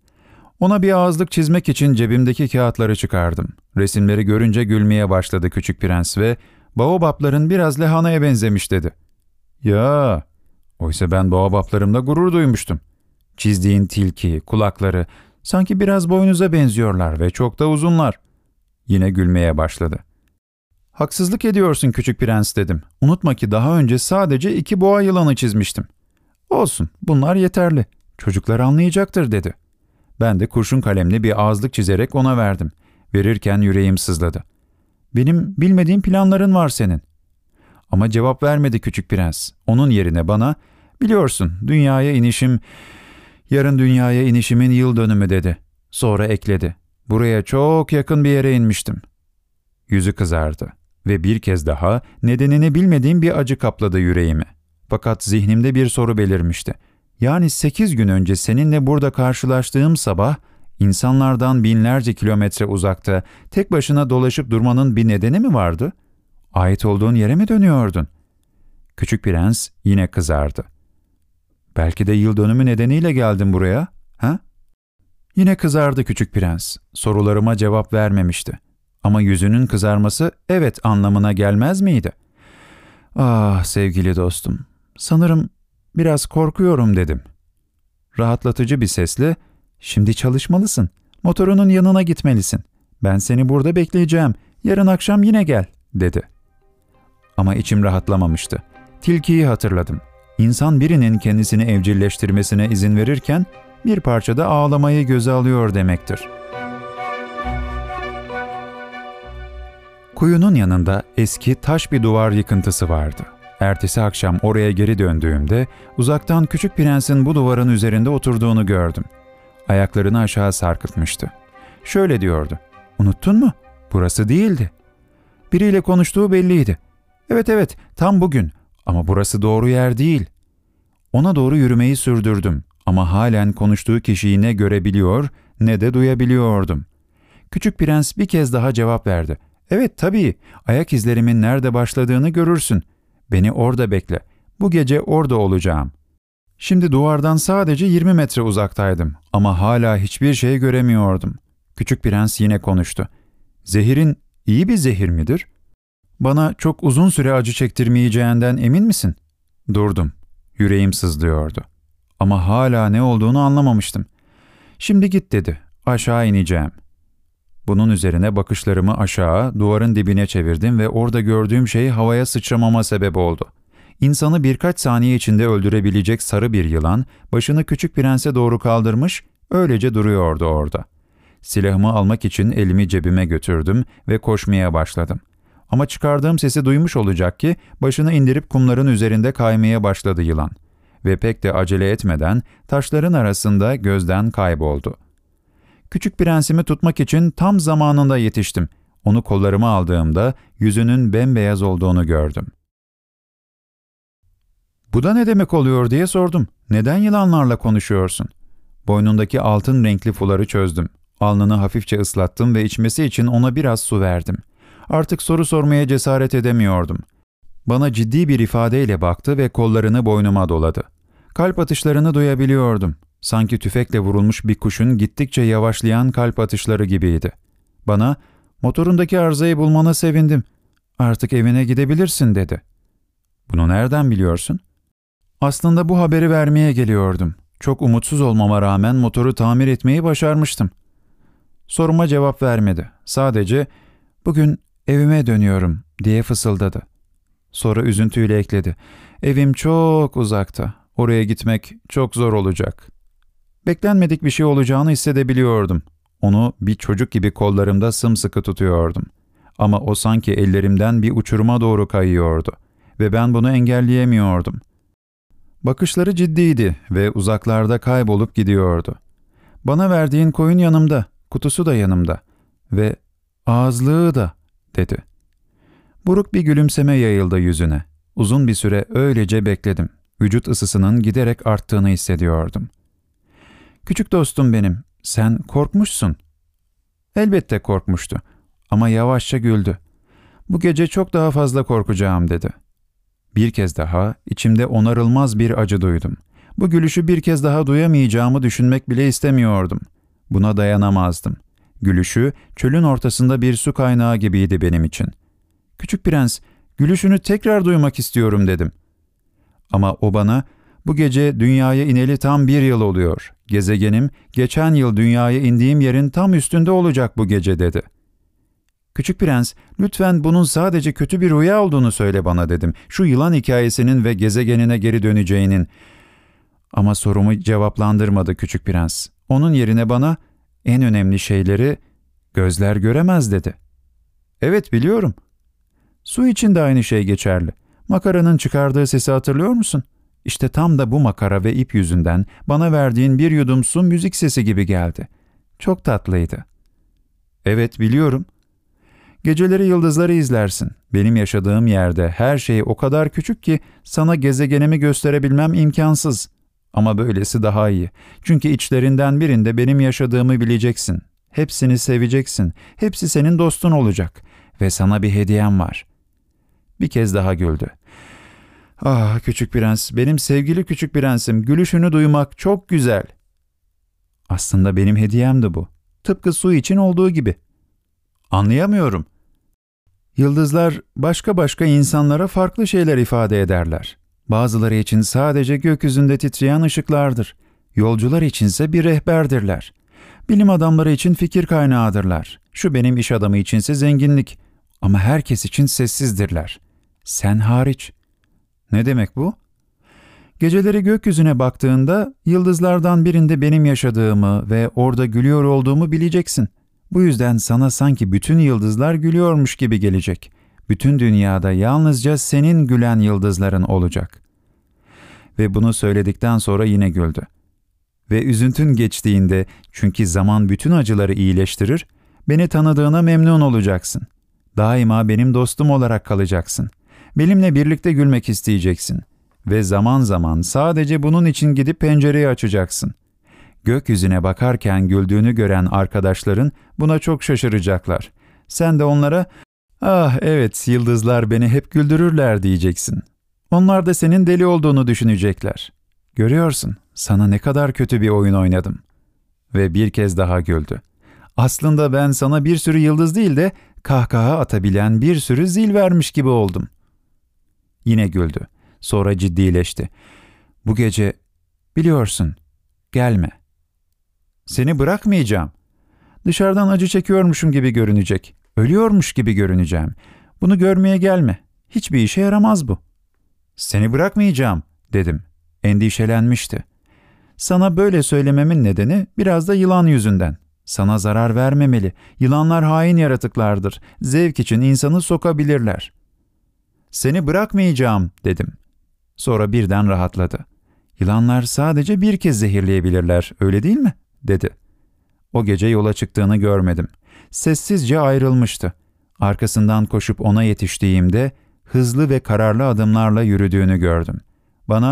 Ona bir ağızlık çizmek için cebimdeki kağıtları çıkardım. Resimleri görünce gülmeye başladı Küçük Prens ve "Baobapların biraz lahanaya benzemiş," dedi. "Ya, oysa ben baobaplarımda gurur duymuştum. Çizdiğin tilki, kulakları sanki biraz boynuza benziyorlar ve çok da uzunlar." Yine gülmeye başladı. "Haksızlık ediyorsun Küçük Prens," dedim. "Unutma ki daha önce sadece iki boğa yılanı çizmiştim." "Olsun, bunlar yeterli. Çocuklar anlayacaktır," dedi. Ben de kurşun kalemle bir ağızlık çizerek ona verdim. Verirken yüreğim sızladı. "Benim bilmediğim planların var senin." Ama cevap vermedi Küçük Prens. Onun yerine bana, "Biliyorsun, dünyaya inişim, yarın dünyaya inişimin yıl dönümü," dedi. Sonra ekledi. "Buraya çok yakın bir yere inmiştim." Yüzü kızardı ve bir kez daha nedenini bilmediğim bir acı kapladı yüreğimi. Fakat zihnimde bir soru belirmişti. Yani sekiz gün önce seninle burada karşılaştığım sabah, insanlardan binlerce kilometre uzakta tek başına dolaşıp durmanın bir nedeni mi vardı? Ait olduğun yere mi dönüyordun? Küçük Prens yine kızardı. "Belki de yıl dönümü nedeniyle geldim buraya, ha?" Yine kızardı Küçük Prens. Sorularıma cevap vermemişti. Ama yüzünün kızarması evet anlamına gelmez miydi? "Ah sevgili dostum, sanırım biraz korkuyorum," dedim. Rahatlatıcı bir sesle, "Şimdi çalışmalısın. Motorunun yanına gitmelisin. Ben seni burada bekleyeceğim. Yarın akşam yine gel," dedi. Ama içim rahatlamamıştı. Tilkiyi hatırladım. İnsan birinin kendisini evcilleştirmesine izin verirken bir parçada ağlamayı göze alıyor demektir. Kuyunun yanında eski taş bir duvar yıkıntısı vardı. Ertesi akşam oraya geri döndüğümde uzaktan Küçük Prens'in bu duvarın üzerinde oturduğunu gördüm. Ayaklarını aşağı sarkıtmıştı. Şöyle diyordu. "Unuttun mu? Burası değildi." Biriyle konuştuğu belliydi. "Evet evet, tam bugün. Ama burası doğru yer değil." Ona doğru yürümeyi sürdürdüm ama halen konuştuğu kişiyi ne görebiliyor ne de duyabiliyordum. Küçük Prens bir kez daha cevap verdi. "Evet tabii, ayak izlerimin nerede başladığını görürsün. Beni orada bekle. Bu gece orada olacağım." Şimdi duvardan sadece yirmi metre uzaktaydım ama hala hiçbir şey göremiyordum. Küçük Prens yine konuştu. "Zehirin iyi bir zehir midir? Bana çok uzun süre acı çektirmeyeceğinden emin misin?" Durdum. Yüreğim sızlıyordu. Ama hala ne olduğunu anlamamıştım. "Şimdi git," dedi. "Aşağı ineceğim." Bunun üzerine bakışlarımı aşağı, duvarın dibine çevirdim ve orada gördüğüm şey havaya sıçramama sebep oldu. İnsanı birkaç saniye içinde öldürebilecek sarı bir yılan, başını Küçük Prens'e doğru kaldırmış, öylece duruyordu orada. Silahımı almak için elimi cebime götürdüm ve koşmaya başladım. Ama çıkardığım sesi duymuş olacak ki, başını indirip kumların üzerinde kaymaya başladı yılan. Ve pek de acele etmeden taşların arasında gözden kayboldu. Küçük Prensimi tutmak için tam zamanında yetiştim. Onu kollarıma aldığımda yüzünün bembeyaz olduğunu gördüm. "Bu da ne demek oluyor?" diye sordum. "Neden yılanlarla konuşuyorsun?" Boynundaki altın renkli fuları çözdüm. Alnını hafifçe ıslattım ve içmesi için ona biraz su verdim. Artık soru sormaya cesaret edemiyordum. Bana ciddi bir ifadeyle baktı ve kollarını boynuma doladı. Kalp atışlarını duyabiliyordum. Sanki tüfekle vurulmuş bir kuşun gittikçe yavaşlayan kalp atışları gibiydi. Bana, "Motorundaki arızayı bulmana sevindim. Artık evine gidebilirsin," dedi. "Bunu nereden biliyorsun?" "Aslında bu haberi vermeye geliyordum. Çok umutsuz olmama rağmen motoru tamir etmeyi başarmıştım." Soruma cevap vermedi. Sadece, "Bugün evime dönüyorum," diye fısıldadı. Sonra üzüntüyle ekledi. "Evim çok uzakta. Oraya gitmek çok zor olacak." Beklenmedik bir şey olacağını hissedebiliyordum. Onu bir çocuk gibi kollarımda sımsıkı tutuyordum. Ama o sanki ellerimden bir uçuruma doğru kayıyordu ve ben bunu engelleyemiyordum. Bakışları ciddiydi ve uzaklarda kaybolup gidiyordu. "Bana verdiğin koyun yanımda, kutusu da yanımda ve ağızlığı da," dedi. Buruk bir gülümseme yayıldı yüzüne. Uzun bir süre öylece bekledim. Vücut ısısının giderek arttığını hissediyordum. "Küçük dostum benim, sen korkmuşsun." Elbette korkmuştu ama yavaşça güldü. "Bu gece çok daha fazla korkacağım," dedi. Bir kez daha içimde onarılmaz bir acı duydum. Bu gülüşü bir kez daha duyamayacağımı düşünmek bile istemiyordum. Buna dayanamazdım. Gülüşü çölün ortasında bir su kaynağı gibiydi benim için. "Küçük prens, gülüşünü tekrar duymak istiyorum," dedim. Ama o bana, "Bu gece dünyaya ineli tam bir yıl oluyor. Gezegenim, geçen yıl dünyaya indiğim yerin tam üstünde olacak bu gece," dedi. "Küçük prens, lütfen bunun sadece kötü bir rüya olduğunu söyle bana," dedim. "Şu yılan hikayesinin ve gezegenine geri döneceğinin." Ama sorumu cevaplandırmadı küçük prens. Onun yerine bana, "En önemli şeyleri gözler göremez," dedi. "Evet, biliyorum." "Su için de aynı şey geçerli. Makaranın çıkardığı sesi hatırlıyor musun? İşte tam da bu makara ve ip yüzünden bana verdiğin bir yudum su müzik sesi gibi geldi. Çok tatlıydı." "Evet, biliyorum." "Geceleri yıldızları izlersin. Benim yaşadığım yerde her şey o kadar küçük ki sana gezegenimi gösterebilmem imkansız. Ama böylesi daha iyi. Çünkü içlerinden birinde benim yaşadığımı bileceksin. Hepsini seveceksin. Hepsi senin dostun olacak. Ve sana bir hediyem var." Bir kez daha güldü. "Ah küçük prens, benim sevgili küçük prensim, gülüşünü duymak çok güzel." "Aslında benim hediyemdi bu. Tıpkı su için olduğu gibi." "Anlayamıyorum." "Yıldızlar başka başka insanlara farklı şeyler ifade ederler. Bazıları için sadece gökyüzünde titreyen ışıklardır. Yolcular içinse bir rehberdirler. Bilim adamları için fikir kaynağıdırlar. Şu benim iş adamı içinse zenginlik. Ama herkes için sessizdirler. Sen hariç." "Ne demek bu?" "Geceleri gökyüzüne baktığında yıldızlardan birinde benim yaşadığımı ve orada gülüyor olduğumu bileceksin. Bu yüzden sana sanki bütün yıldızlar gülüyormuş gibi gelecek. Bütün dünyada yalnızca senin gülen yıldızların olacak." Ve bunu söyledikten sonra yine güldü. "Ve üzüntün geçtiğinde, çünkü zaman bütün acıları iyileştirir, beni tanıdığına memnun olacaksın. Daima benim dostum olarak kalacaksın. Benimle birlikte gülmek isteyeceksin. Ve zaman zaman sadece bunun için gidip pencereyi açacaksın. Gökyüzüne bakarken güldüğünü gören arkadaşların buna çok şaşıracaklar. Sen de onlara, 'Ah evet, yıldızlar beni hep güldürürler,' diyeceksin. Onlar da senin deli olduğunu düşünecekler. Görüyorsun, sana ne kadar kötü bir oyun oynadım." Ve bir kez daha güldü. "Aslında ben sana bir sürü yıldız değil de kahkaha atabilen bir sürü zil vermiş gibi oldum." Yine güldü. Sonra ciddileşti. "Bu gece, biliyorsun, gelme. Seni bırakmayacağım. Dışarıdan acı çekiyormuşum gibi görünecek. Ölüyormuş gibi görüneceğim. Bunu görmeye gelme. Hiçbir işe yaramaz bu." "Seni bırakmayacağım," dedim. Endişelenmişti. "Sana böyle söylememin nedeni biraz da yılan yüzünden. Sana zarar vermemeli. Yılanlar hain yaratıklardır. Zevk için insanı sokabilirler." "Seni bırakmayacağım," dedim. Sonra birden rahatladı. "Yılanlar sadece bir kez zehirleyebilirler, öyle değil mi?" dedi. O gece yola çıktığını görmedim. Sessizce ayrılmıştı. Arkasından koşup ona yetiştiğimde hızlı ve kararlı adımlarla yürüdüğünü gördüm. Bana,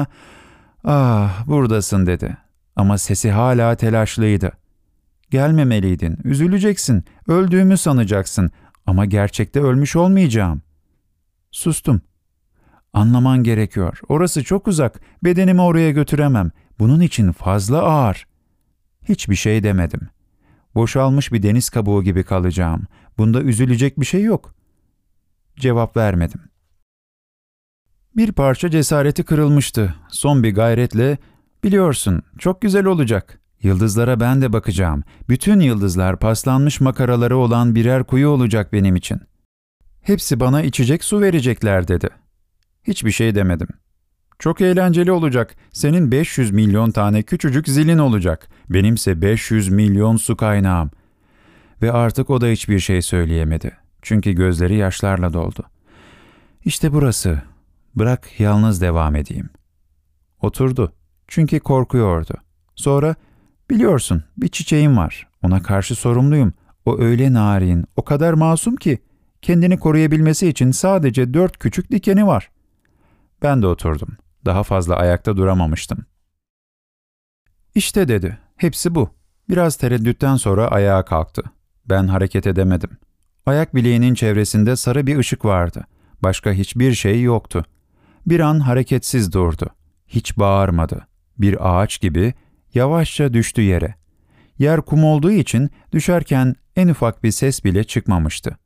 "Ah, buradasın," dedi. Ama sesi hala telaşlıydı. "Gelmemeliydin, üzüleceksin, öldüğümü sanacaksın. Ama gerçekte ölmüş olmayacağım. Sustum. Anlaman gerekiyor. Orası çok uzak. Bedenimi oraya götüremem. Bunun için fazla ağır. Hiçbir şey demedim. Boşalmış bir deniz kabuğu gibi kalacağım. Bunda üzülecek bir şey yok. Cevap vermedim. Bir parça cesareti kırılmıştı. Son bir gayretle, "Biliyorsun, çok güzel olacak. Yıldızlara ben de bakacağım. Bütün yıldızlar paslanmış makaraları olan birer kuyu olacak benim için. Hepsi bana içecek su verecekler," dedi. Hiçbir şey demedim. "Çok eğlenceli olacak. Senin beş yüz milyon tane küçücük zilin olacak. Benimse beş yüz milyon su kaynağım." Ve artık o da hiçbir şey söyleyemedi. Çünkü gözleri yaşlarla doldu. "İşte burası. Bırak yalnız devam edeyim." Oturdu. Çünkü korkuyordu. Sonra, "Biliyorsun, bir çiçeğim var. Ona karşı sorumluyum. O öyle narin, o kadar masum ki kendini koruyabilmesi için sadece dört küçük dikeni var." Ben de oturdum. Daha fazla ayakta duramamıştım. "İşte," dedi. "Hepsi bu." Biraz tereddütten sonra ayağa kalktı. Ben hareket edemedim. Ayak bileğinin çevresinde sarı bir ışık vardı. Başka hiçbir şey yoktu. Bir an hareketsiz durdu. Hiç bağırmadı. Bir ağaç gibi yavaşça düştü yere. Yer kum olduğu için düşerken en ufak bir ses bile çıkmamıştı.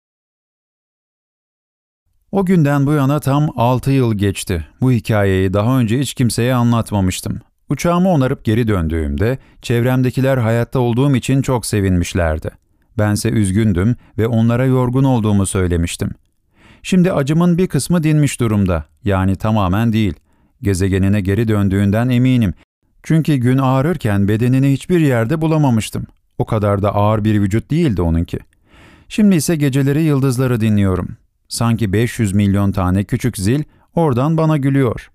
O günden bu yana tam altı yıl geçti. Bu hikayeyi daha önce hiç kimseye anlatmamıştım. Uçağımı onarıp geri döndüğümde çevremdekiler hayatta olduğum için çok sevinmişlerdi. Bense üzgündüm ve onlara yorgun olduğumu söylemiştim. Şimdi acımın bir kısmı dinmiş durumda. Yani tamamen değil. Gezegenine geri döndüğünden eminim. Çünkü gün ağrırken bedenini hiçbir yerde bulamamıştım. O kadar da ağır bir vücut değildi onunki. Şimdi ise geceleri yıldızları dinliyorum. Sanki beş yüz milyon tane küçük zil oradan bana gülüyor.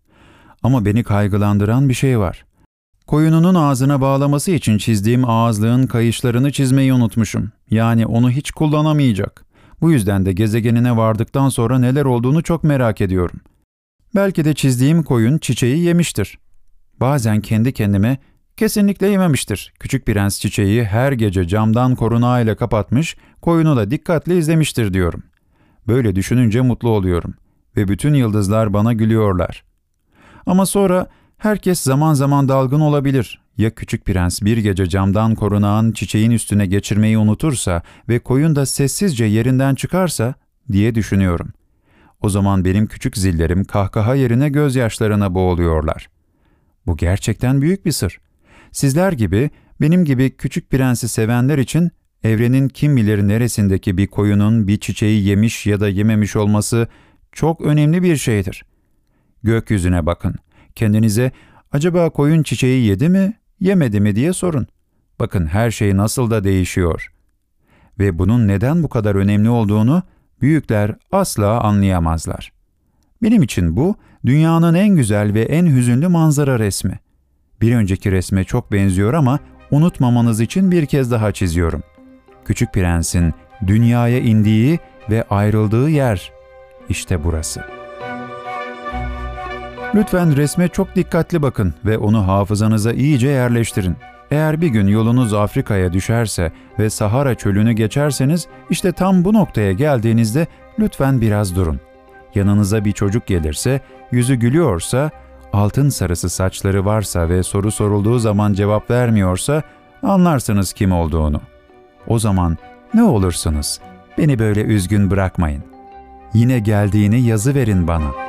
Ama beni kaygılandıran bir şey var. Koyununun ağzına bağlaması için çizdiğim ağızlığın kayışlarını çizmeyi unutmuşum. Yani onu hiç kullanamayacak. Bu yüzden de gezegenine vardıktan sonra neler olduğunu çok merak ediyorum. Belki de çizdiğim koyun çiçeği yemiştir. Bazen kendi kendime, "Kesinlikle yememiştir. Küçük Prens çiçeği her gece camdan korunağıyla kapatmış, koyunu da dikkatle izlemiştir," diyorum. Böyle düşününce mutlu oluyorum ve bütün yıldızlar bana gülüyorlar. Ama sonra herkes zaman zaman dalgın olabilir. Ya Küçük Prens bir gece camdan korunağın çiçeğin üstüne geçirmeyi unutursa ve koyun da sessizce yerinden çıkarsa diye düşünüyorum. O zaman benim küçük zillerim kahkaha yerine gözyaşlarına boğuluyorlar. Bu gerçekten büyük bir sır. Sizler gibi, benim gibi Küçük Prens'i sevenler için evrenin kim bilir neresindeki bir koyunun bir çiçeği yemiş ya da yememiş olması çok önemli bir şeydir. Gökyüzüne bakın. Kendinize, acaba koyun çiçeği yedi mi, yemedi mi diye sorun. Bakın her şey nasıl da değişiyor. Ve bunun neden bu kadar önemli olduğunu büyükler asla anlayamazlar. Benim için bu, dünyanın en güzel ve en hüzünlü manzara resmi. Bir önceki resme çok benziyor ama unutmamanız için bir kez daha çiziyorum. Küçük Prens'in dünyaya indiği ve ayrıldığı yer, işte burası. Lütfen resme çok dikkatli bakın ve onu hafızanıza iyice yerleştirin. Eğer bir gün yolunuz Afrika'ya düşerse ve Sahara çölünü geçerseniz, işte tam bu noktaya geldiğinizde lütfen biraz durun. Yanınıza bir çocuk gelirse, yüzü gülüyorsa, altın sarısı saçları varsa ve soru sorulduğu zaman cevap vermiyorsa anlarsınız kim olduğunu. O zaman ne olursunuz beni böyle üzgün bırakmayın. Yine geldiğini yazıverin bana.